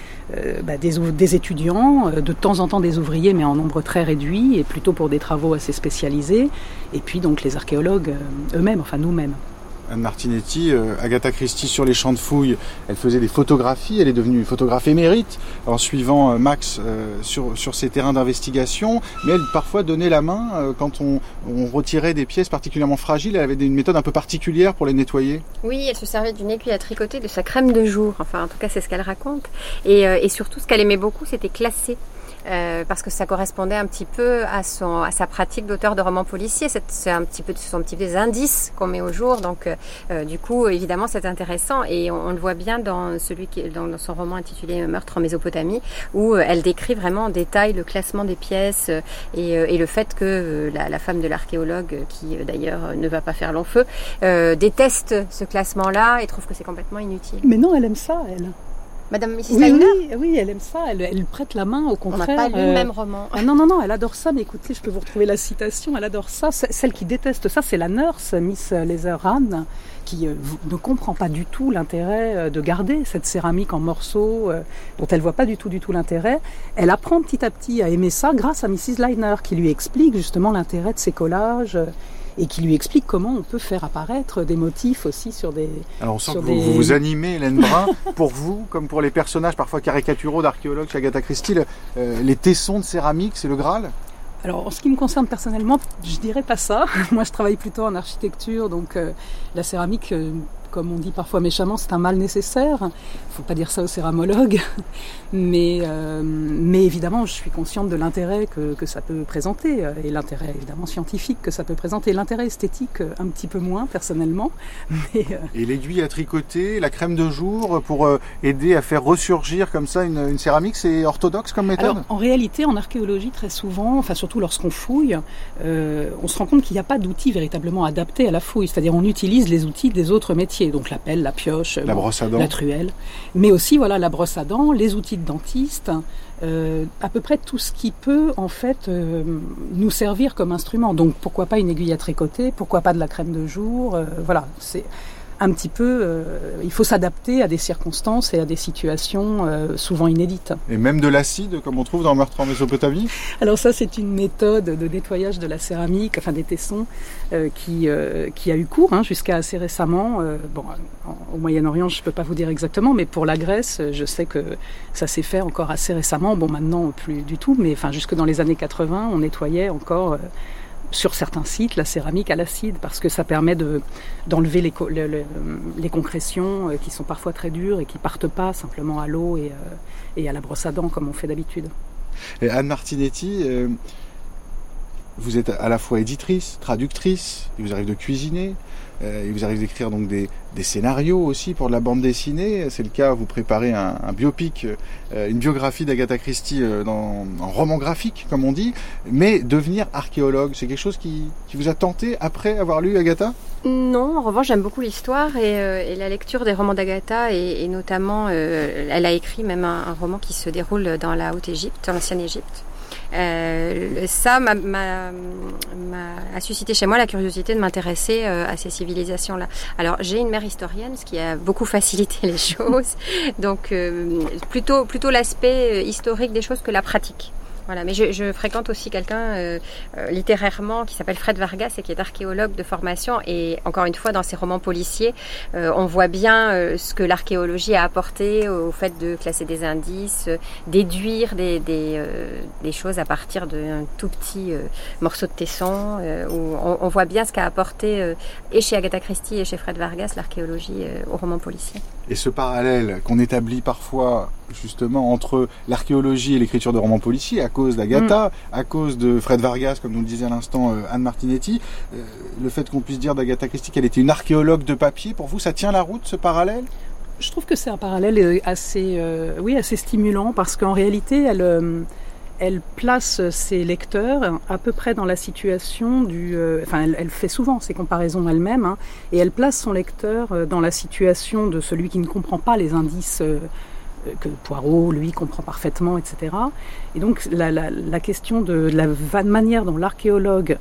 des étudiants, de temps en temps des ouvriers, mais en nombre très réduit, et plutôt pour des travaux assez spécialisés. Et puis donc les archéologues eux-mêmes, enfin nous-mêmes. Anne Martinetti, Agatha Christie sur les champs de fouilles, elle faisait des photographies, elle est devenue photographe émérite en suivant Max sur ses terrains d'investigation, mais elle parfois donnait la main quand on retirait des pièces particulièrement fragiles, elle avait une méthode un peu particulière pour les nettoyer. Oui, elle se servait d'une aiguille à tricoter, de sa crème de jour, enfin en tout cas c'est ce qu'elle raconte, et surtout ce qu'elle aimait beaucoup c'était classer. Parce que ça correspondait un petit peu à sa pratique d'auteur de romans policiers. C'est un petit peu, ce sont un petit peu des indices qu'on met au jour. Donc, du coup, évidemment, c'est intéressant et on le voit bien dans dans son roman intitulé Meurtre en Mésopotamie, où elle décrit vraiment en détail le classement des pièces et le fait que la femme de l'archéologue, qui d'ailleurs ne va pas faire long feu, déteste ce classement-là et trouve que c'est complètement inutile. Mais non, elle aime ça, elle. Madame Mrs. Leitner ? Oui, elle aime ça, elle prête la main, au contraire. On n'a pas lu le même roman. Ah non, elle adore ça, mais écoutez, je peux vous retrouver la citation, elle adore ça. Celle qui déteste ça, c'est la nurse, Miss Leatherham, qui ne comprend pas du tout l'intérêt de garder cette céramique en morceaux, dont elle ne voit pas du tout l'intérêt. Elle apprend petit à petit à aimer ça grâce à Mrs. Leitner, qui lui explique justement l'intérêt de ces collages, et qui lui explique comment on peut faire apparaître des motifs aussi sur des... Alors on sent que vous vous animez, Hélène Brun, pour vous, comme pour les personnages parfois caricaturaux d'archéologues chez Agatha Christie, les tessons de céramique, c'est le Graal ? Alors en ce qui me concerne personnellement, je dirais pas ça. Moi je travaille plutôt en architecture, donc la céramique... comme on dit parfois méchamment, c'est un mal nécessaire. Il ne faut pas dire ça aux céramologues. Mais évidemment, je suis consciente de l'intérêt que ça peut présenter, et l'intérêt évidemment scientifique que ça peut présenter. L'intérêt esthétique, un petit peu moins, personnellement. Et l'aiguille à tricoter, la crème de jour, pour aider à faire ressurgir comme ça une céramique, c'est orthodoxe comme méthode ? Alors, en réalité, en archéologie, très souvent, enfin surtout lorsqu'on fouille, on se rend compte qu'il n'y a pas d'outils véritablement adaptés à la fouille. C'est-à-dire on utilise les outils des autres métiers. Donc la pelle, la pioche, brosse à dents, la truelle, mais aussi la brosse à dents, les outils de dentiste, à peu près tout ce qui peut en fait nous servir comme instrument. Donc pourquoi pas une aiguille à tricoter, pourquoi pas de la crème de jour, c'est un petit peu, il faut s'adapter à des circonstances et à des situations souvent inédites. Et même de l'acide, comme on trouve dans Meurtre en Mésopotamie ? Alors ça, c'est une méthode de nettoyage de la céramique, enfin des tessons, qui a eu cours jusqu'à assez récemment. Au Moyen-Orient, je ne peux pas vous dire exactement, mais pour la Grèce, je sais que ça s'est fait encore assez récemment. Bon, maintenant, plus du tout, mais jusque dans les années 80, on nettoyait encore... sur certains sites, la céramique à l'acide, parce que ça permet d'enlever les concrétions qui sont parfois très dures et qui partent pas simplement à l'eau et à la brosse à dents comme on fait d'habitude. Et Anne Martinetti, vous êtes à la fois éditrice, traductrice, il vous arrive de cuisiner, il vous arrive d'écrire donc des scénarios aussi pour de la bande dessinée. C'est le cas, vous préparez un biopic, une biographie d'Agatha Christie en roman graphique, comme on dit. Mais devenir archéologue, c'est quelque chose qui vous a tenté après avoir lu Agatha ? Non, en revanche, j'aime beaucoup l'histoire et la lecture des romans d'Agatha et notamment, elle a écrit même un roman qui se déroule dans la Haute-Égypte, dans l'ancienne Égypte. Ça a suscité chez moi la curiosité de m'intéresser à ces civilisations-là. Alors, j'ai une mère historienne, ce qui a beaucoup facilité les choses. Donc, plutôt l'aspect historique des choses que la pratique. Voilà, mais je fréquente aussi quelqu'un littérairement qui s'appelle Fred Vargas et qui est archéologue de formation. Et encore une fois, dans ses romans policiers, on voit bien ce que l'archéologie a apporté au fait de classer des indices, déduire des choses à partir d'un tout petit morceau de tesson. Où on voit bien ce qu'a apporté et chez Agatha Christie et chez Fred Vargas l'archéologie aux romans policiers. Et ce parallèle qu'on établit parfois justement entre l'archéologie et l'écriture de romans policiers à cause d'Agatha, à cause de Fred Vargas, comme nous le disait à l'instant Anne Martinetti, le fait qu'on puisse dire d'Agatha Christie qu'elle était une archéologue de papier, pour vous ça tient la route ce parallèle ? Je trouve que c'est un parallèle assez stimulant parce qu'en réalité elle place ses lecteurs à peu près dans la situation elle fait souvent ces comparaisons elle-même, et elle place son lecteur dans la situation de celui qui ne comprend pas les indices que Poirot, lui, comprend parfaitement, etc. Et donc la question de la manière dont l'archéologie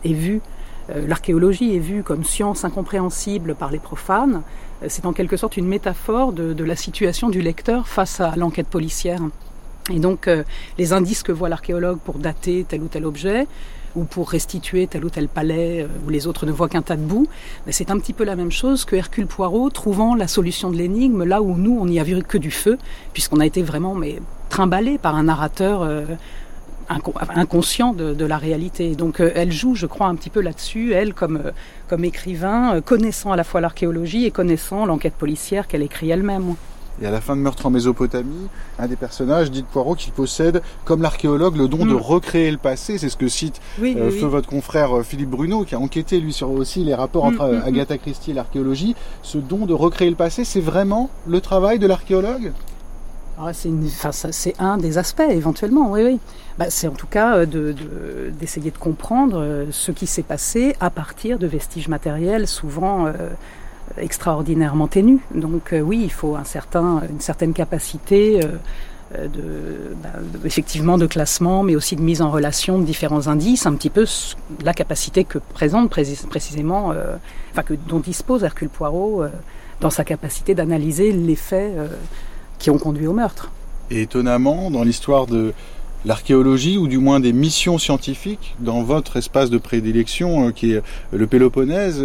est vue comme science incompréhensible par les profanes, c'est en quelque sorte une métaphore de la situation du lecteur face à l'enquête policière. Et donc, les indices que voit l'archéologue pour dater tel ou tel objet, ou pour restituer tel ou tel palais où les autres ne voient qu'un tas de boue, c'est un petit peu la même chose que Hercule Poirot trouvant la solution de l'énigme là où nous, on n'y a vu que du feu, puisqu'on a été vraiment trimballé par un narrateur inconscient de la réalité. Donc elle joue, je crois, un petit peu là-dessus, elle, comme écrivain, connaissant à la fois l'archéologie et connaissant l'enquête policière qu'elle écrit elle-même. Et à la fin de Meurtre en Mésopotamie, un des personnages dit de Poirot qu'il possède, comme l'archéologue, le don de recréer le passé. C'est ce que cite feu votre confrère Philippe Bruno, qui a enquêté lui sur aussi les rapports entre Agatha Christie et l'archéologie. Ce don de recréer le passé, c'est vraiment le travail de l'archéologue ? Alors, c'est un des aspects, éventuellement, oui. C'est en tout cas d'essayer de comprendre ce qui s'est passé à partir de vestiges matériels, souvent extraordinairement ténus. Donc oui, il faut une certaine capacité effectivement de classement, mais aussi de mise en relation de différents indices, un petit peu la capacité que présente précisément, dont dispose Hercule Poirot dans sa capacité d'analyser les faits qui ont conduit au meurtre. Et étonnamment, dans l'histoire de l'archéologie, ou du moins des missions scientifiques, dans votre espace de prédilection, qui est le Péloponnèse,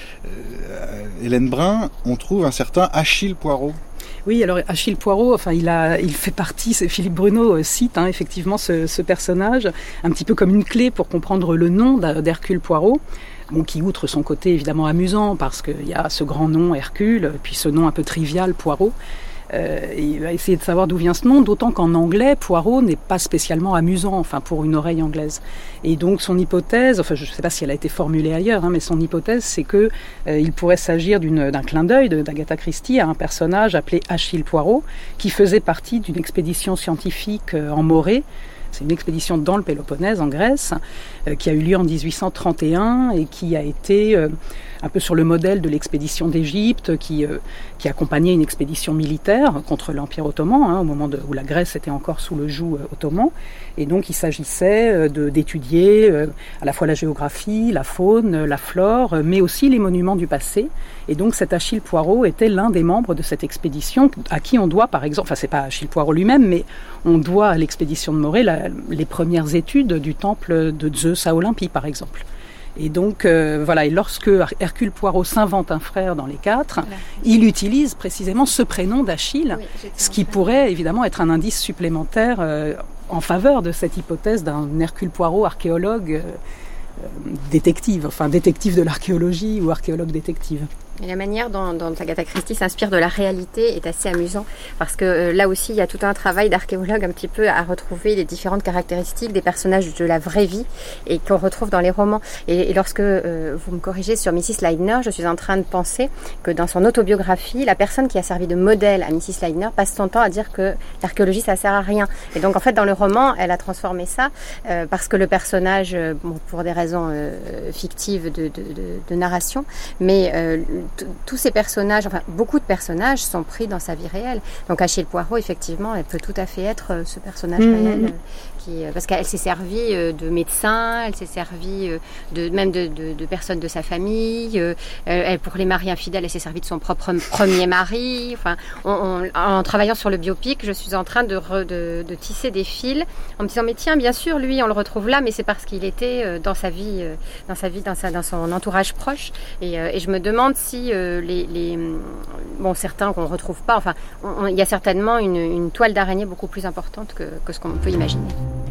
Hélène Brun, on trouve un certain Achille Poirot. Oui, alors Achille Poirot, il fait partie, Philippe Bruno cite effectivement ce personnage, un petit peu comme une clé pour comprendre le nom d'Hercule Poirot. Qui, outre son côté évidemment amusant, parce qu'il y a ce grand nom Hercule, puis ce nom un peu trivial Poirot, il va essayer de savoir d'où vient ce nom, d'autant qu'en anglais, Poirot n'est pas spécialement amusant, pour une oreille anglaise. Et donc son hypothèse, je ne sais pas si elle a été formulée ailleurs, mais son hypothèse, c'est que il pourrait s'agir d'un clin d'œil d'Agatha Christie à un personnage appelé Achille Poirot, qui faisait partie d'une expédition scientifique en Morée. C'est une expédition dans le Péloponnèse, en Grèce, qui a eu lieu en 1831 et qui a été un peu sur le modèle de l'expédition d'Égypte, qui accompagnait une expédition militaire contre l'Empire ottoman, au moment où la Grèce était encore sous le joug ottoman. Et donc il s'agissait d'étudier à la fois la géographie, la faune, la flore, mais aussi les monuments du passé. Et donc cet Achille Poirot était l'un des membres de cette expédition, à qui on doit par exemple, c'est pas Achille Poirot lui-même, mais on doit à l'expédition de Morée les premières études du temple de Zeus à Olympie par exemple. Et donc, et lorsque Hercule Poirot s'invente un frère dans les quatre, il utilise précisément ce prénom d'Achille, ce qui pourrait évidemment être un indice supplémentaire en faveur de cette hypothèse d'un Hercule Poirot archéologue détective de l'archéologie ou archéologue détective. Et la manière dont Agatha Christie s'inspire de la réalité est assez amusant parce que là aussi il y a tout un travail d'archéologue un petit peu à retrouver les différentes caractéristiques des personnages de la vraie vie et qu'on retrouve dans les romans. Et lorsque vous me corrigez sur Mrs. Leidner, je suis en train de penser que dans son autobiographie, la personne qui a servi de modèle à Mrs. Leidner passe son temps à dire que l'archéologie ça sert à rien. Et donc en fait dans le roman, elle a transformé ça parce que le personnage, pour des raisons fictives de narration, mais tous ces personnages, enfin beaucoup de personnages sont pris dans sa vie réelle. Donc Achille Poirot, effectivement, elle peut tout à fait être ce personnage réel. Parce qu'elle s'est servie de médecins, elle s'est servie même de personnes de sa famille. Elle, pour les maris infidèles, elle s'est servie de son propre premier mari. Enfin, en travaillant sur le biopic, je suis en train de tisser des fils en me disant mais tiens, bien sûr, lui, on le retrouve là, mais c'est parce qu'il était dans son entourage proche. Et je me demande si certains qu'on retrouve pas. Enfin, il y a certainement une toile d'araignée beaucoup plus importante que ce qu'on peut imaginer.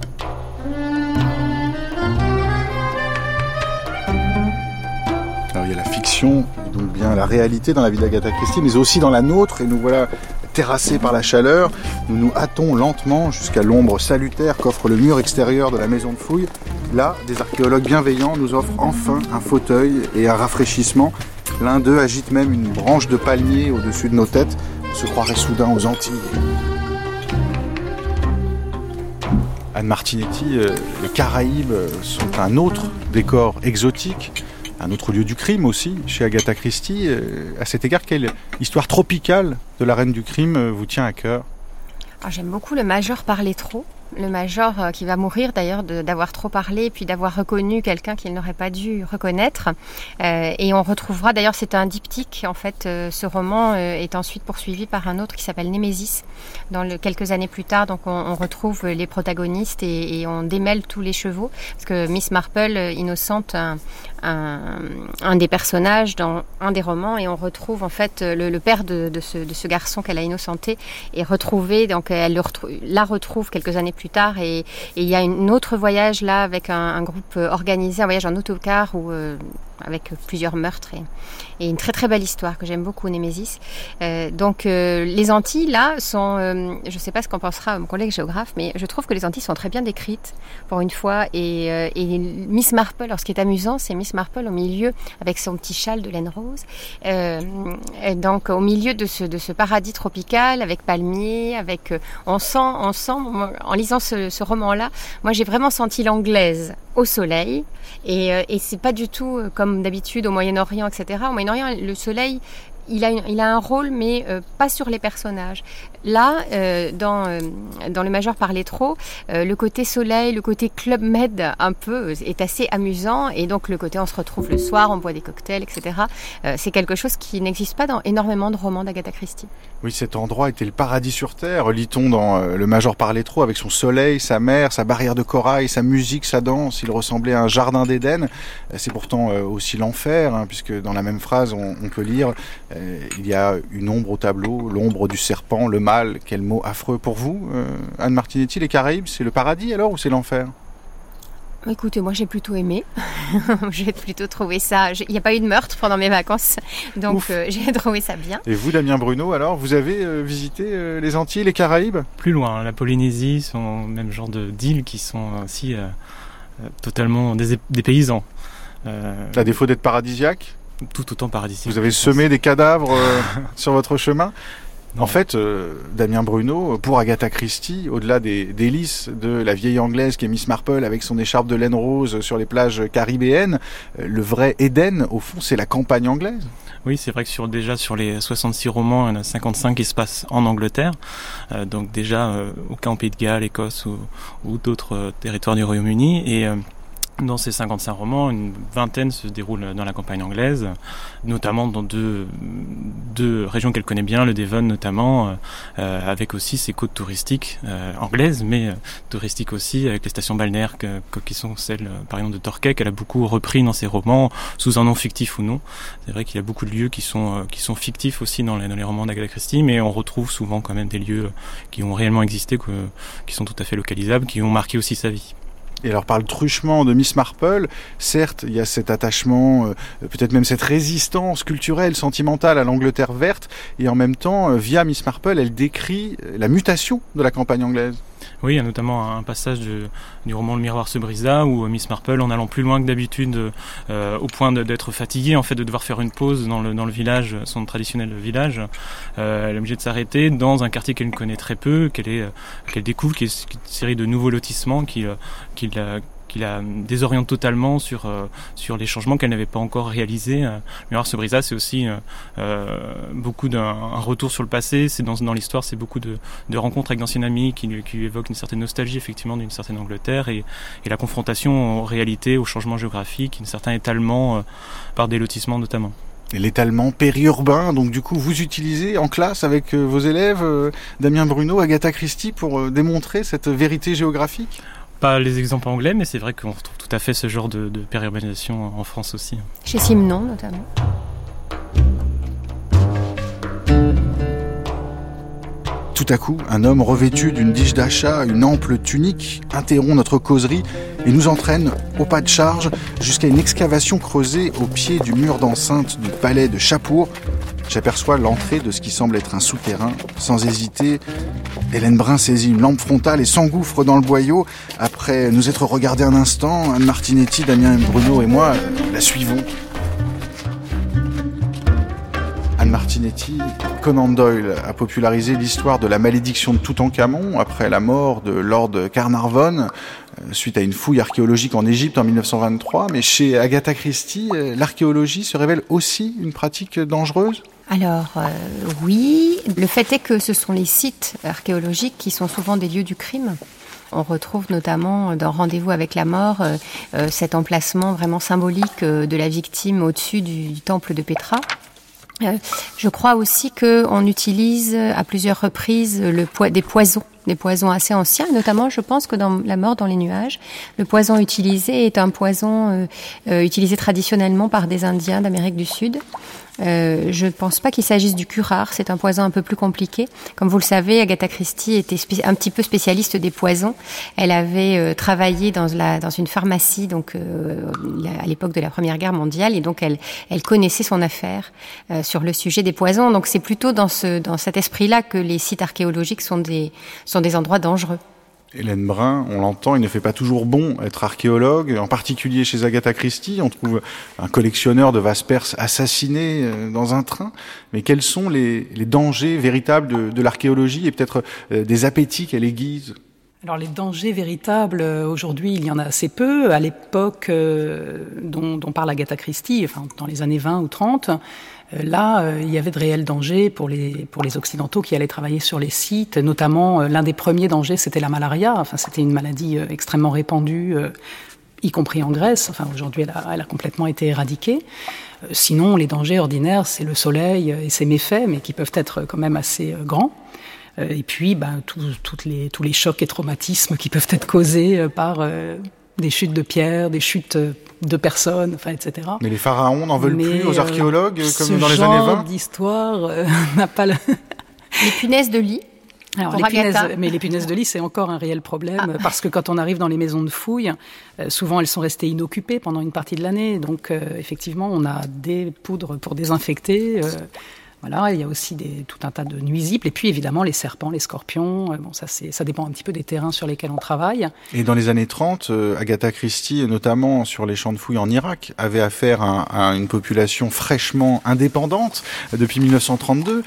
Alors il y a la fiction, et donc bien la réalité dans la vie d'Agatha Christie, mais aussi dans la nôtre, et nous voilà terrassés par la chaleur. Nous nous hâtons lentement jusqu'à l'ombre salutaire qu'offre le mur extérieur de la maison de fouille. Là, des archéologues bienveillants nous offrent enfin un fauteuil et un rafraîchissement. L'un d'eux agite même une branche de palmier au-dessus de nos têtes. On se croirait soudain aux Antilles. Anne Martinetti, les Caraïbes sont un autre décor exotique, un autre lieu du crime aussi, chez Agatha Christie. À cet égard, quelle histoire tropicale de la reine du crime vous tient à cœur ? J'aime beaucoup le Major parlait trop. Le Major qui va mourir d'ailleurs d'avoir trop parlé puis d'avoir reconnu quelqu'un qu'il n'aurait pas dû reconnaître. Et on retrouvera, d'ailleurs c'est un diptyque en fait, ce roman est ensuite poursuivi par un autre qui s'appelle Némésis quelques années plus tard. Donc on retrouve les protagonistes et on démêle tous les chevaux. Parce que Miss Marple innocente un des personnages dans un des romans et on retrouve en fait le père de ce garçon qu'elle a innocenté est retrouvé. Donc elle la retrouve quelques années plus tard et il y a un autre voyage là avec un groupe organisé, un voyage en autocar avec plusieurs meurtres et une très très belle histoire que j'aime beaucoup, Némésis. Donc les Antilles là sont, je ne sais pas ce qu'en pensera mon collègue géographe, mais je trouve que les Antilles sont très bien décrites pour une fois et Miss Marple, alors ce qui est amusant, c'est Miss Marple au milieu avec son petit châle de laine rose, donc au milieu de ce paradis tropical avec palmiers, avec on sent en lisant ce roman-là, moi j'ai vraiment senti l'anglaise au soleil et c'est pas du tout comme d'habitude au Moyen-Orient, etc. Au Moyen-Orient, le soleil il a un rôle, mais pas sur les personnages. Là, dans le Major parlait trop, le côté soleil, le côté Club Med un peu est assez amusant, et donc le côté on se retrouve le soir, on boit des cocktails, etc. C'est quelque chose qui n'existe pas dans énormément de romans d'Agatha Christie. Oui, cet endroit était le paradis sur terre, lit-on dans le Major parlait trop, avec son soleil, sa mer, sa barrière de corail, sa musique, sa danse. Il ressemblait à un jardin d'Éden. C'est pourtant aussi l'enfer, puisque dans la même phrase on peut lire il y a une ombre au tableau, l'ombre du serpent, le mal. Quel mot affreux pour vous, Anne Martinetti. Les Caraïbes, c'est le paradis alors ou c'est l'enfer ? Écoutez, moi j'ai plutôt aimé. J'ai plutôt trouvé ça. Il n'y a pas eu de meurtre pendant mes vacances, donc j'ai trouvé ça bien. Et vous, Damien Bruno, alors, vous avez visité les Antilles, les Caraïbes ? Plus loin, la Polynésie, sont même genre d'îles qui sont ainsi totalement des paysans. À défaut d'être paradisiaques ? Tout autant paradisiaque. Vous avez semé des cadavres sur votre chemin ? En fait, Damien Bruno, pour Agatha Christie, au-delà des délices de la vieille anglaise qui est Miss Marple avec son écharpe de laine rose sur les plages caribéennes, le vrai Éden, au fond, c'est la campagne anglaise. Oui, c'est vrai que sur les 66 romans, il y en a 55 qui se passent en Angleterre. Donc déjà, aucun Pays de Galles, Écosse ou d'autres territoires du Royaume-Uni. Et dans ces 55 romans, une vingtaine se déroulent dans la campagne anglaise, notamment dans deux régions qu'elle connaît bien, le Devon notamment, avec aussi ses côtes touristiques anglaises, mais touristiques aussi, avec les stations balnéaires qui sont celles, par exemple, de Torquay, qu'elle a beaucoup repris dans ses romans, sous un nom fictif ou non. C'est vrai qu'il y a beaucoup de lieux qui sont fictifs aussi dans les romans d'Agatha Christie, mais on retrouve souvent quand même des lieux qui ont réellement existé, qui sont tout à fait localisables, qui ont marqué aussi sa vie. Et alors par le truchement de Miss Marple, certes, il y a cet attachement, peut-être même cette résistance culturelle, sentimentale à l'Angleterre verte, et en même temps, via Miss Marple, elle décrit la mutation de la campagne anglaise. Oui, il y a notamment un passage du roman Le Miroir se brisa où Miss Marple, en allant plus loin que d'habitude, au point d'être fatiguée, en fait, de devoir faire une pause dans le village, son traditionnel village, elle est obligée de s'arrêter dans un quartier qu'elle ne connaît très peu, qu'elle découvre, qui est une série de nouveaux lotissements qui la désoriente totalement sur les changements qu'elle n'avait pas encore réalisés. Le Miroir se brisa, c'est aussi beaucoup un retour sur le passé. C'est dans l'histoire, c'est beaucoup de rencontres avec d'anciens amis qui évoquent une certaine nostalgie effectivement d'une certaine Angleterre et la confrontation aux réalités, aux changements géographiques, un certain étalement par des lotissements notamment. Et l'étalement périurbain, donc du coup vous utilisez en classe avec vos élèves Damien Bruno, Agatha Christie pour démontrer cette vérité géographique ? Pas les exemples anglais, mais c'est vrai qu'on retrouve tout à fait ce genre de périurbanisation en France aussi. Chez Simenon notamment. Tout à coup, un homme revêtu d'une diche d'achat, une ample tunique, interrompt notre causerie et nous entraîne au pas de charge jusqu'à une excavation creusée au pied du mur d'enceinte du palais de Chapour. J'aperçois l'entrée de ce qui semble être un souterrain. Sans hésiter, Hélène Brun saisit une lampe frontale et s'engouffre dans le boyau. Après nous être regardés un instant, Anne Martinetti, Damien Bruno et moi la suivons. Anne Martinetti, Conan Doyle a popularisé l'histoire de la malédiction de Toutankhamon après la mort de Lord Carnarvon suite à une fouille archéologique en Égypte en 1923. Mais chez Agatha Christie, l'archéologie se révèle aussi une pratique dangereuse ? Alors oui, le fait est que ce sont les sites archéologiques qui sont souvent des lieux du crime. On retrouve notamment dans Rendez-vous avec la mort cet emplacement vraiment symbolique de la victime au-dessus du temple de Pétra. Je crois aussi qu'on utilise à plusieurs reprises des poisons assez anciens, notamment je pense que dans La mort dans les nuages, le poison utilisé est un poison utilisé traditionnellement par des Indiens d'Amérique du Sud. Je ne pense pas qu'il s'agisse du curare, c'est un poison un peu plus compliqué. Comme vous le savez, Agatha Christie était un petit peu spécialiste des poisons. Elle avait travaillé dans une pharmacie donc à l'époque de la Première Guerre mondiale, et donc elle connaissait son affaire sur le sujet des poisons. Donc c'est plutôt dans cet esprit-là que les sites archéologiques sont des endroits dangereux. Hélène Brun, on l'entend, il ne fait pas toujours bon être archéologue, en particulier chez Agatha Christie. On trouve un collectionneur de vases perses assassiné dans un train. Mais quels sont les dangers véritables de l'archéologie et peut-être des appétits qu'elle aiguise ? Alors les dangers véritables, aujourd'hui, il y en a assez peu. À l'époque dont parle Agatha Christie, enfin, dans les années 20 ou 30, là, il y avait de réels dangers pour les Occidentaux qui allaient travailler sur les sites. Notamment, l'un des premiers dangers, c'était la malaria. Enfin, c'était une maladie extrêmement répandue, y compris en Grèce. Enfin, aujourd'hui, elle a complètement été éradiquée. Sinon, les dangers ordinaires, c'est le soleil et ses méfaits, mais qui peuvent être quand même assez grands. Et puis, tous les chocs et traumatismes qui peuvent être causés par des chutes de pierres, des chutes de personnes, enfin, etc. Mais les pharaons n'en veulent plus aux archéologues, comme dans les années 20 ? Ce genre d'histoire n'a pas le... Les punaises de lit. Alors, les punaises de lit, c'est encore un réel problème, parce que quand on arrive dans les maisons de fouilles, souvent elles sont restées inoccupées pendant une partie de l'année. Donc, effectivement, on a des poudres pour désinfecter. Voilà, il y a aussi tout un tas de nuisibles. Et puis, évidemment, les serpents, les scorpions. Ça dépend un petit peu des terrains sur lesquels on travaille. Et dans les années 30, Agatha Christie, notamment sur les champs de fouilles en Irak, avait affaire à une population fraîchement indépendante depuis 1932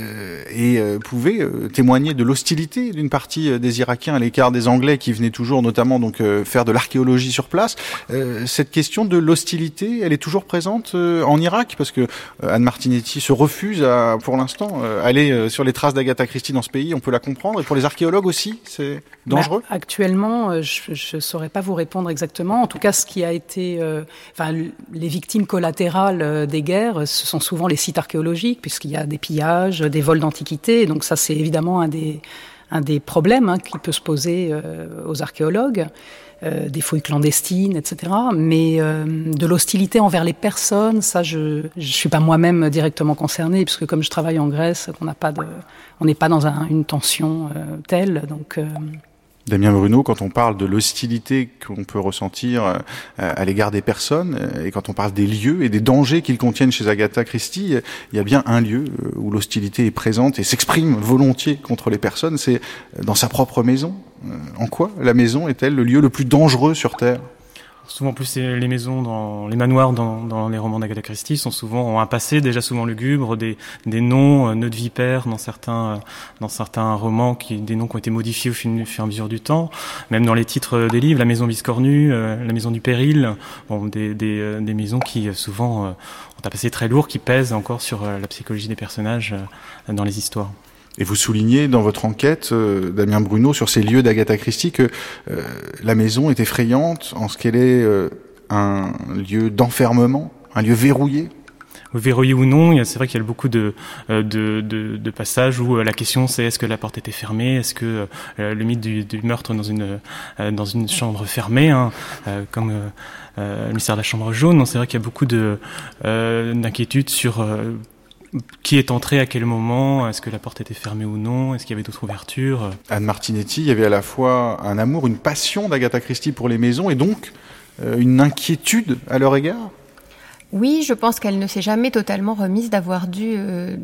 et pouvait témoigner de l'hostilité d'une partie des Irakiens à l'écart des Anglais qui venaient toujours, notamment, donc faire de l'archéologie sur place. Cette question de l'hostilité, elle est toujours présente en Irak, parce que Anne Martinetti se refuse pour l'instant, aller sur les traces d'Agatha Christie dans ce pays, on peut la comprendre. Et pour les archéologues aussi, c'est dangereux ? Actuellement, je ne saurais pas vous répondre exactement. En tout cas, ce qui a été... les victimes collatérales des guerres, ce sont souvent les sites archéologiques, puisqu'il y a des pillages, des vols d'antiquités. Donc ça, c'est évidemment un des problèmes qui peut se poser aux archéologues. Des fouilles clandestines, etc. Mais de l'hostilité envers les personnes, ça, je suis pas moi-même directement concernée, puisque comme je travaille en Grèce, on n'est pas dans une tension telle. Donc, Damien Bruno, quand on parle de l'hostilité qu'on peut ressentir à l'égard des personnes, et quand on parle des lieux et des dangers qu'ils contiennent chez Agatha Christie, il y a bien un lieu où l'hostilité est présente et s'exprime volontiers contre les personnes, c'est dans sa propre maison. En quoi la maison est-elle le lieu le plus dangereux sur Terre ? Souvent, plus les maisons, les manoirs dans les romans d'Agatha Christie ont un passé déjà souvent lugubre, des noms, nœuds de vipères dans certains romans, des noms qui ont été modifiés au fur et à mesure du temps. Même dans les titres des livres, la maison biscornue, la maison du péril, des maisons qui souvent ont un passé très lourd, qui pèsent encore sur la psychologie des personnages dans les histoires. Et vous soulignez dans votre enquête, Damien Bruno, sur ces lieux d'Agatha Christie, que la maison est effrayante en ce qu'elle est un lieu d'enfermement, un lieu verrouillé. Verrouillé ou non, c'est vrai qu'il y a beaucoup de passages où la question c'est est-ce que la porte était fermée, est-ce que le mythe du meurtre dans une chambre fermée, comme le mystère de la chambre jaune. Donc c'est vrai qu'il y a beaucoup d'inquiétudes sur qui est entré à quel moment, est-ce que la porte était fermée ou non, est-ce qu'il y avait d'autres ouvertures. Anne Martinetti, il y avait à la fois un amour, une passion d'Agatha Christie pour les maisons et donc une inquiétude à leur égard. Oui, je pense qu'elle ne s'est jamais totalement remise d'avoir dû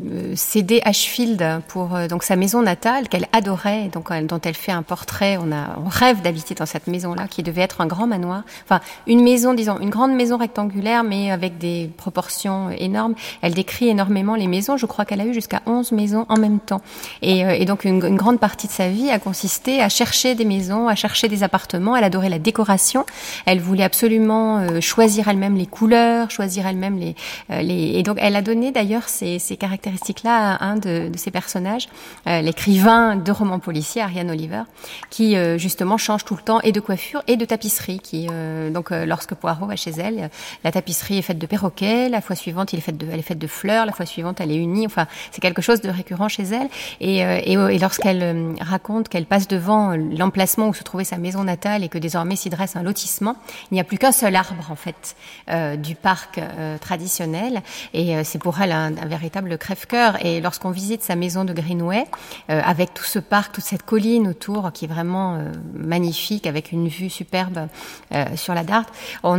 céder Ashfield pour donc sa maison natale qu'elle adorait, donc dont elle fait un portrait. On rêve d'habiter dans cette maison-là, qui devait être un grand manoir. Enfin, une maison, disons, une grande maison rectangulaire, mais avec des proportions énormes. Elle décrit énormément les maisons. Je crois qu'elle a eu jusqu'à 11 maisons en même temps. Et donc une grande partie de sa vie a consisté à chercher des maisons, à chercher des appartements. Elle adorait la décoration. Elle voulait absolument choisir elle-même les couleurs, choisir elle-même et donc elle a donné d'ailleurs ces caractéristiques-là à un de ses personnages, l'écrivain de romans policiers, Ariane Oliver, qui justement change tout le temps et de coiffure et de tapisserie. Donc lorsque Poirot va chez elle, la tapisserie est faite de perroquets, la fois suivante elle est faite de fleurs, la fois suivante elle est unie. Enfin, c'est quelque chose de récurrent chez elle. Et lorsqu'elle raconte qu'elle passe devant l'emplacement où se trouvait sa maison natale et que désormais s'y dresse un lotissement, il n'y a plus qu'un seul arbre en fait du parc traditionnel, et c'est pour elle un véritable crève-cœur. Et lorsqu'on visite sa maison de Greenway, avec tout ce parc, toute cette colline autour qui est vraiment magnifique, avec une vue superbe sur la Dart,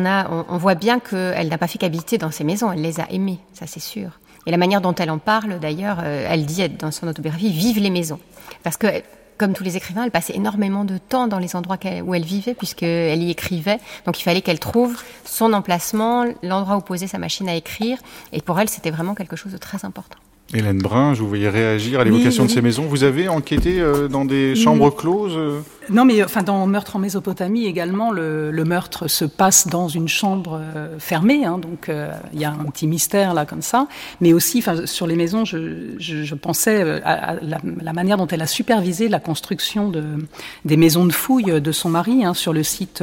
on voit bien qu'elle n'a pas fait qu'habiter dans ces maisons, elle les a aimées, ça c'est sûr. Et la manière dont elle en parle d'ailleurs, elle dit dans son autobiographie « Vive les maisons », parce que comme tous les écrivains, elle passait énormément de temps dans les endroits où elle vivait, puisqu'elle y écrivait. Donc il fallait qu'elle trouve son emplacement, l'endroit où poser sa machine à écrire. Et pour elle, c'était vraiment quelque chose de très important. Hélène Brun, je vous voyais réagir à l'évocation de ces maisons. Vous avez enquêté dans des chambres closes Non, mais enfin dans Meurtre en Mésopotamie également, le meurtre se passe dans une chambre fermée, donc il y a un petit mystère là comme ça. Mais aussi, sur les maisons, je pensais à la manière dont elle a supervisé la construction des maisons de fouilles de son mari sur le site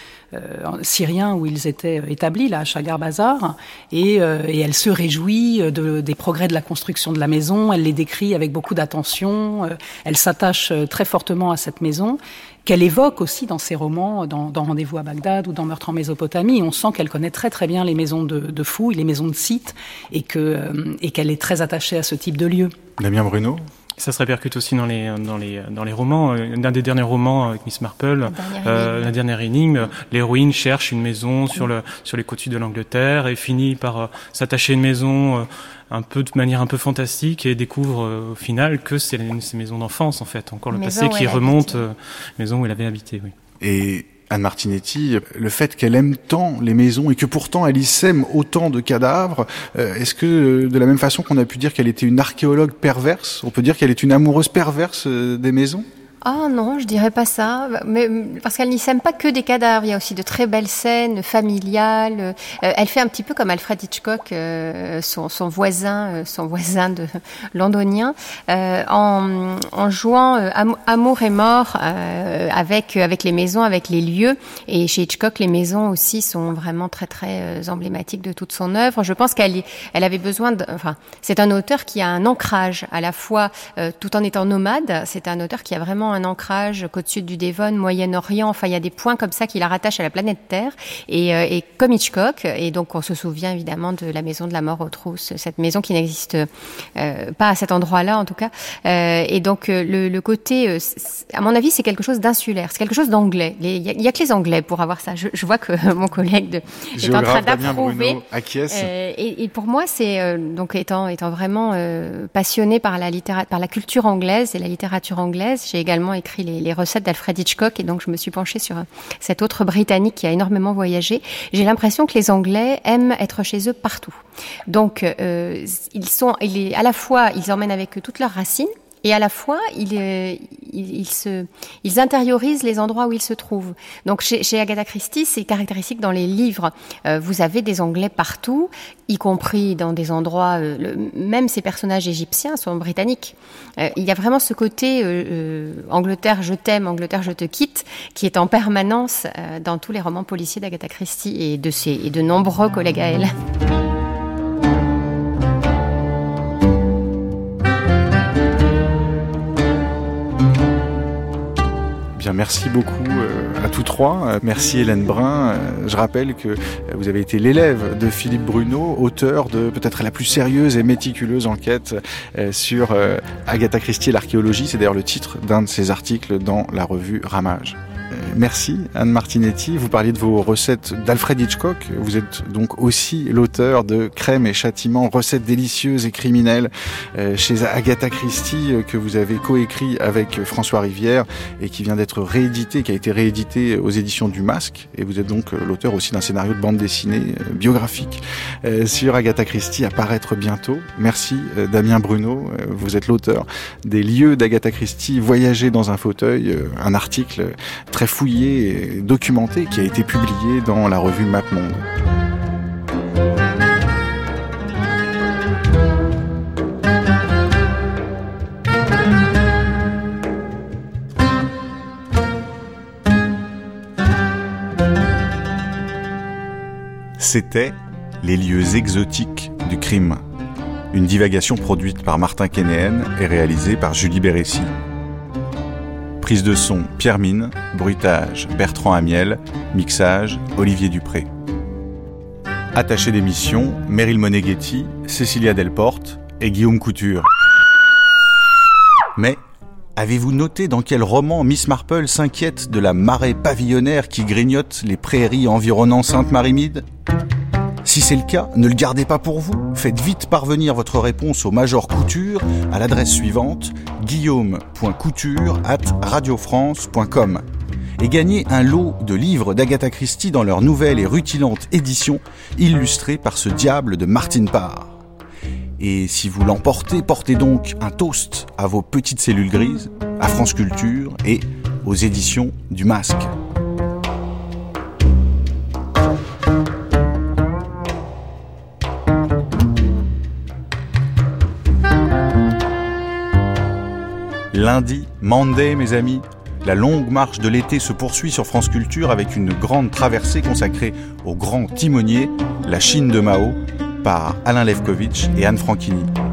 syrien où ils étaient établis, là, à Chagar Bazar, et elle se réjouit des progrès de la construction de la maison, elle les décrit avec beaucoup d'attention, elle s'attache très fortement à cette maison, qu'elle évoque aussi dans ses romans, dans Rendez-vous à Bagdad ou dans Meurtre en Mésopotamie. On sent qu'elle connaît très très bien les maisons de fouilles, les maisons de sites, et qu'elle est très attachée à ce type de lieu. Damien Bruno. Ça se répercute aussi dans les romans. L'un des derniers romans avec Miss Marple, La dernière énigme, l'héroïne cherche une maison sur les côtes sud de l'Angleterre et finit par s'attacher à une maison de manière un peu fantastique et découvre au final que c'est ces maisons d'enfance en fait, encore le passé qui remonte, maison où elle avait habité. Oui. Et Anne Martinetti, le fait qu'elle aime tant les maisons et que pourtant elle y sème autant de cadavres, est-ce que de la même façon qu'on a pu dire qu'elle était une archéologue perverse, on peut dire qu'elle est une amoureuse perverse des maisons ? Ah non, je dirais pas ça, mais parce qu'elle n'y sème pas que des cadavres. Il y a aussi de très belles scènes familiales. Elle fait un petit peu comme Alfred Hitchcock, son voisin de londonien, en jouant amour et mort avec les maisons, avec les lieux. Et chez Hitchcock, les maisons aussi sont vraiment très très emblématiques de toute son œuvre. Je pense qu'elle avait besoin c'est un auteur qui a un ancrage à la fois tout en étant nomade. C'est un auteur qui a vraiment vraiment un ancrage côte sud du Devon, Moyen-Orient. Enfin, il y a des points comme ça qui la rattachent à la planète Terre. Et comme Hitchcock, et donc on se souvient évidemment de la maison de la mort aux trousses, cette maison qui n'existe pas à cet endroit-là en tout cas. Et donc le côté, à mon avis, c'est quelque chose d'insulaire, c'est quelque chose d'anglais. Il y a que les Anglais pour avoir ça. Je vois que mon collègue est en train d'approuver. Et pour moi, c'est donc étant vraiment passionnée par la culture anglaise et la littérature anglaise, j'ai également écrit les recettes d'Alfred Hitchcock, et donc je me suis penchée sur cet autre Britannique qui a énormément voyagé. J'ai l'impression que les Anglais aiment être chez eux partout. Donc à la fois ils emmènent avec eux toutes leurs racines, et à la fois, ils intériorisent les endroits où ils se trouvent. Donc, chez Agatha Christie, c'est caractéristique dans les livres. Vous avez des Anglais partout, y compris dans des endroits, même ces personnages égyptiens sont britanniques. Il y a vraiment ce côté Angleterre, je t'aime, Angleterre, je te quitte, qui est en permanence dans tous les romans policiers d'Agatha Christie et de nombreux collègues à elle. Bien, merci beaucoup à tous trois. Merci Hélène Brun. Je rappelle que vous avez été l'élève de Philippe Bruneau, auteur de peut-être la plus sérieuse et méticuleuse enquête sur Agatha Christie et l'archéologie. C'est d'ailleurs le titre d'un de ses articles dans la revue Ramage. Merci Anne Martinetti, vous parliez de vos recettes d'Alfred Hitchcock, vous êtes donc aussi l'auteur de Crème et Châtiment, recettes délicieuses et criminelles chez Agatha Christie, que vous avez coécrit avec François Rivière et qui vient d'être réédité, qui a été réédité aux éditions du Masque, et vous êtes donc l'auteur aussi d'un scénario de bande dessinée biographique sur Agatha Christie à paraître bientôt. Merci Damien Bruno, vous êtes l'auteur des lieux d'Agatha Christie, Voyager dans un fauteuil, un article très fouillé et documenté qui a été publié dans la revue MapMonde. C'était Les lieux exotiques du crime, une divagation produite par Martin Kénéen et réalisée par Julie Bérécy. Prise de son, Pierre Mine. Bruitage, Bertrand Amiel. Mixage, Olivier Dupré. Attaché d'émission, Meryl Moneghetti, Cécilia Delporte et Guillaume Couture. Mais avez-vous noté dans quel roman Miss Marple s'inquiète de la marée pavillonnaire qui grignote les prairies environnant Sainte-Marie-Mide ? Si c'est le cas, ne le gardez pas pour vous. Faites vite parvenir votre réponse au Major Couture à l'adresse suivante guillaume.couture@radiofrance.com et gagnez un lot de livres d'Agatha Christie dans leur nouvelle et rutilante édition illustrée par ce diable de Martin Parr. Et si vous l'emportez, portez donc un toast à vos petites cellules grises, à France Culture et aux éditions du Masque. Lundi, Monday, mes amis, la longue marche de l'été se poursuit sur France Culture avec une grande traversée consacrée au grand timonier, La Chine de Mao, par Alain Lefkovitch et Anne Franchini.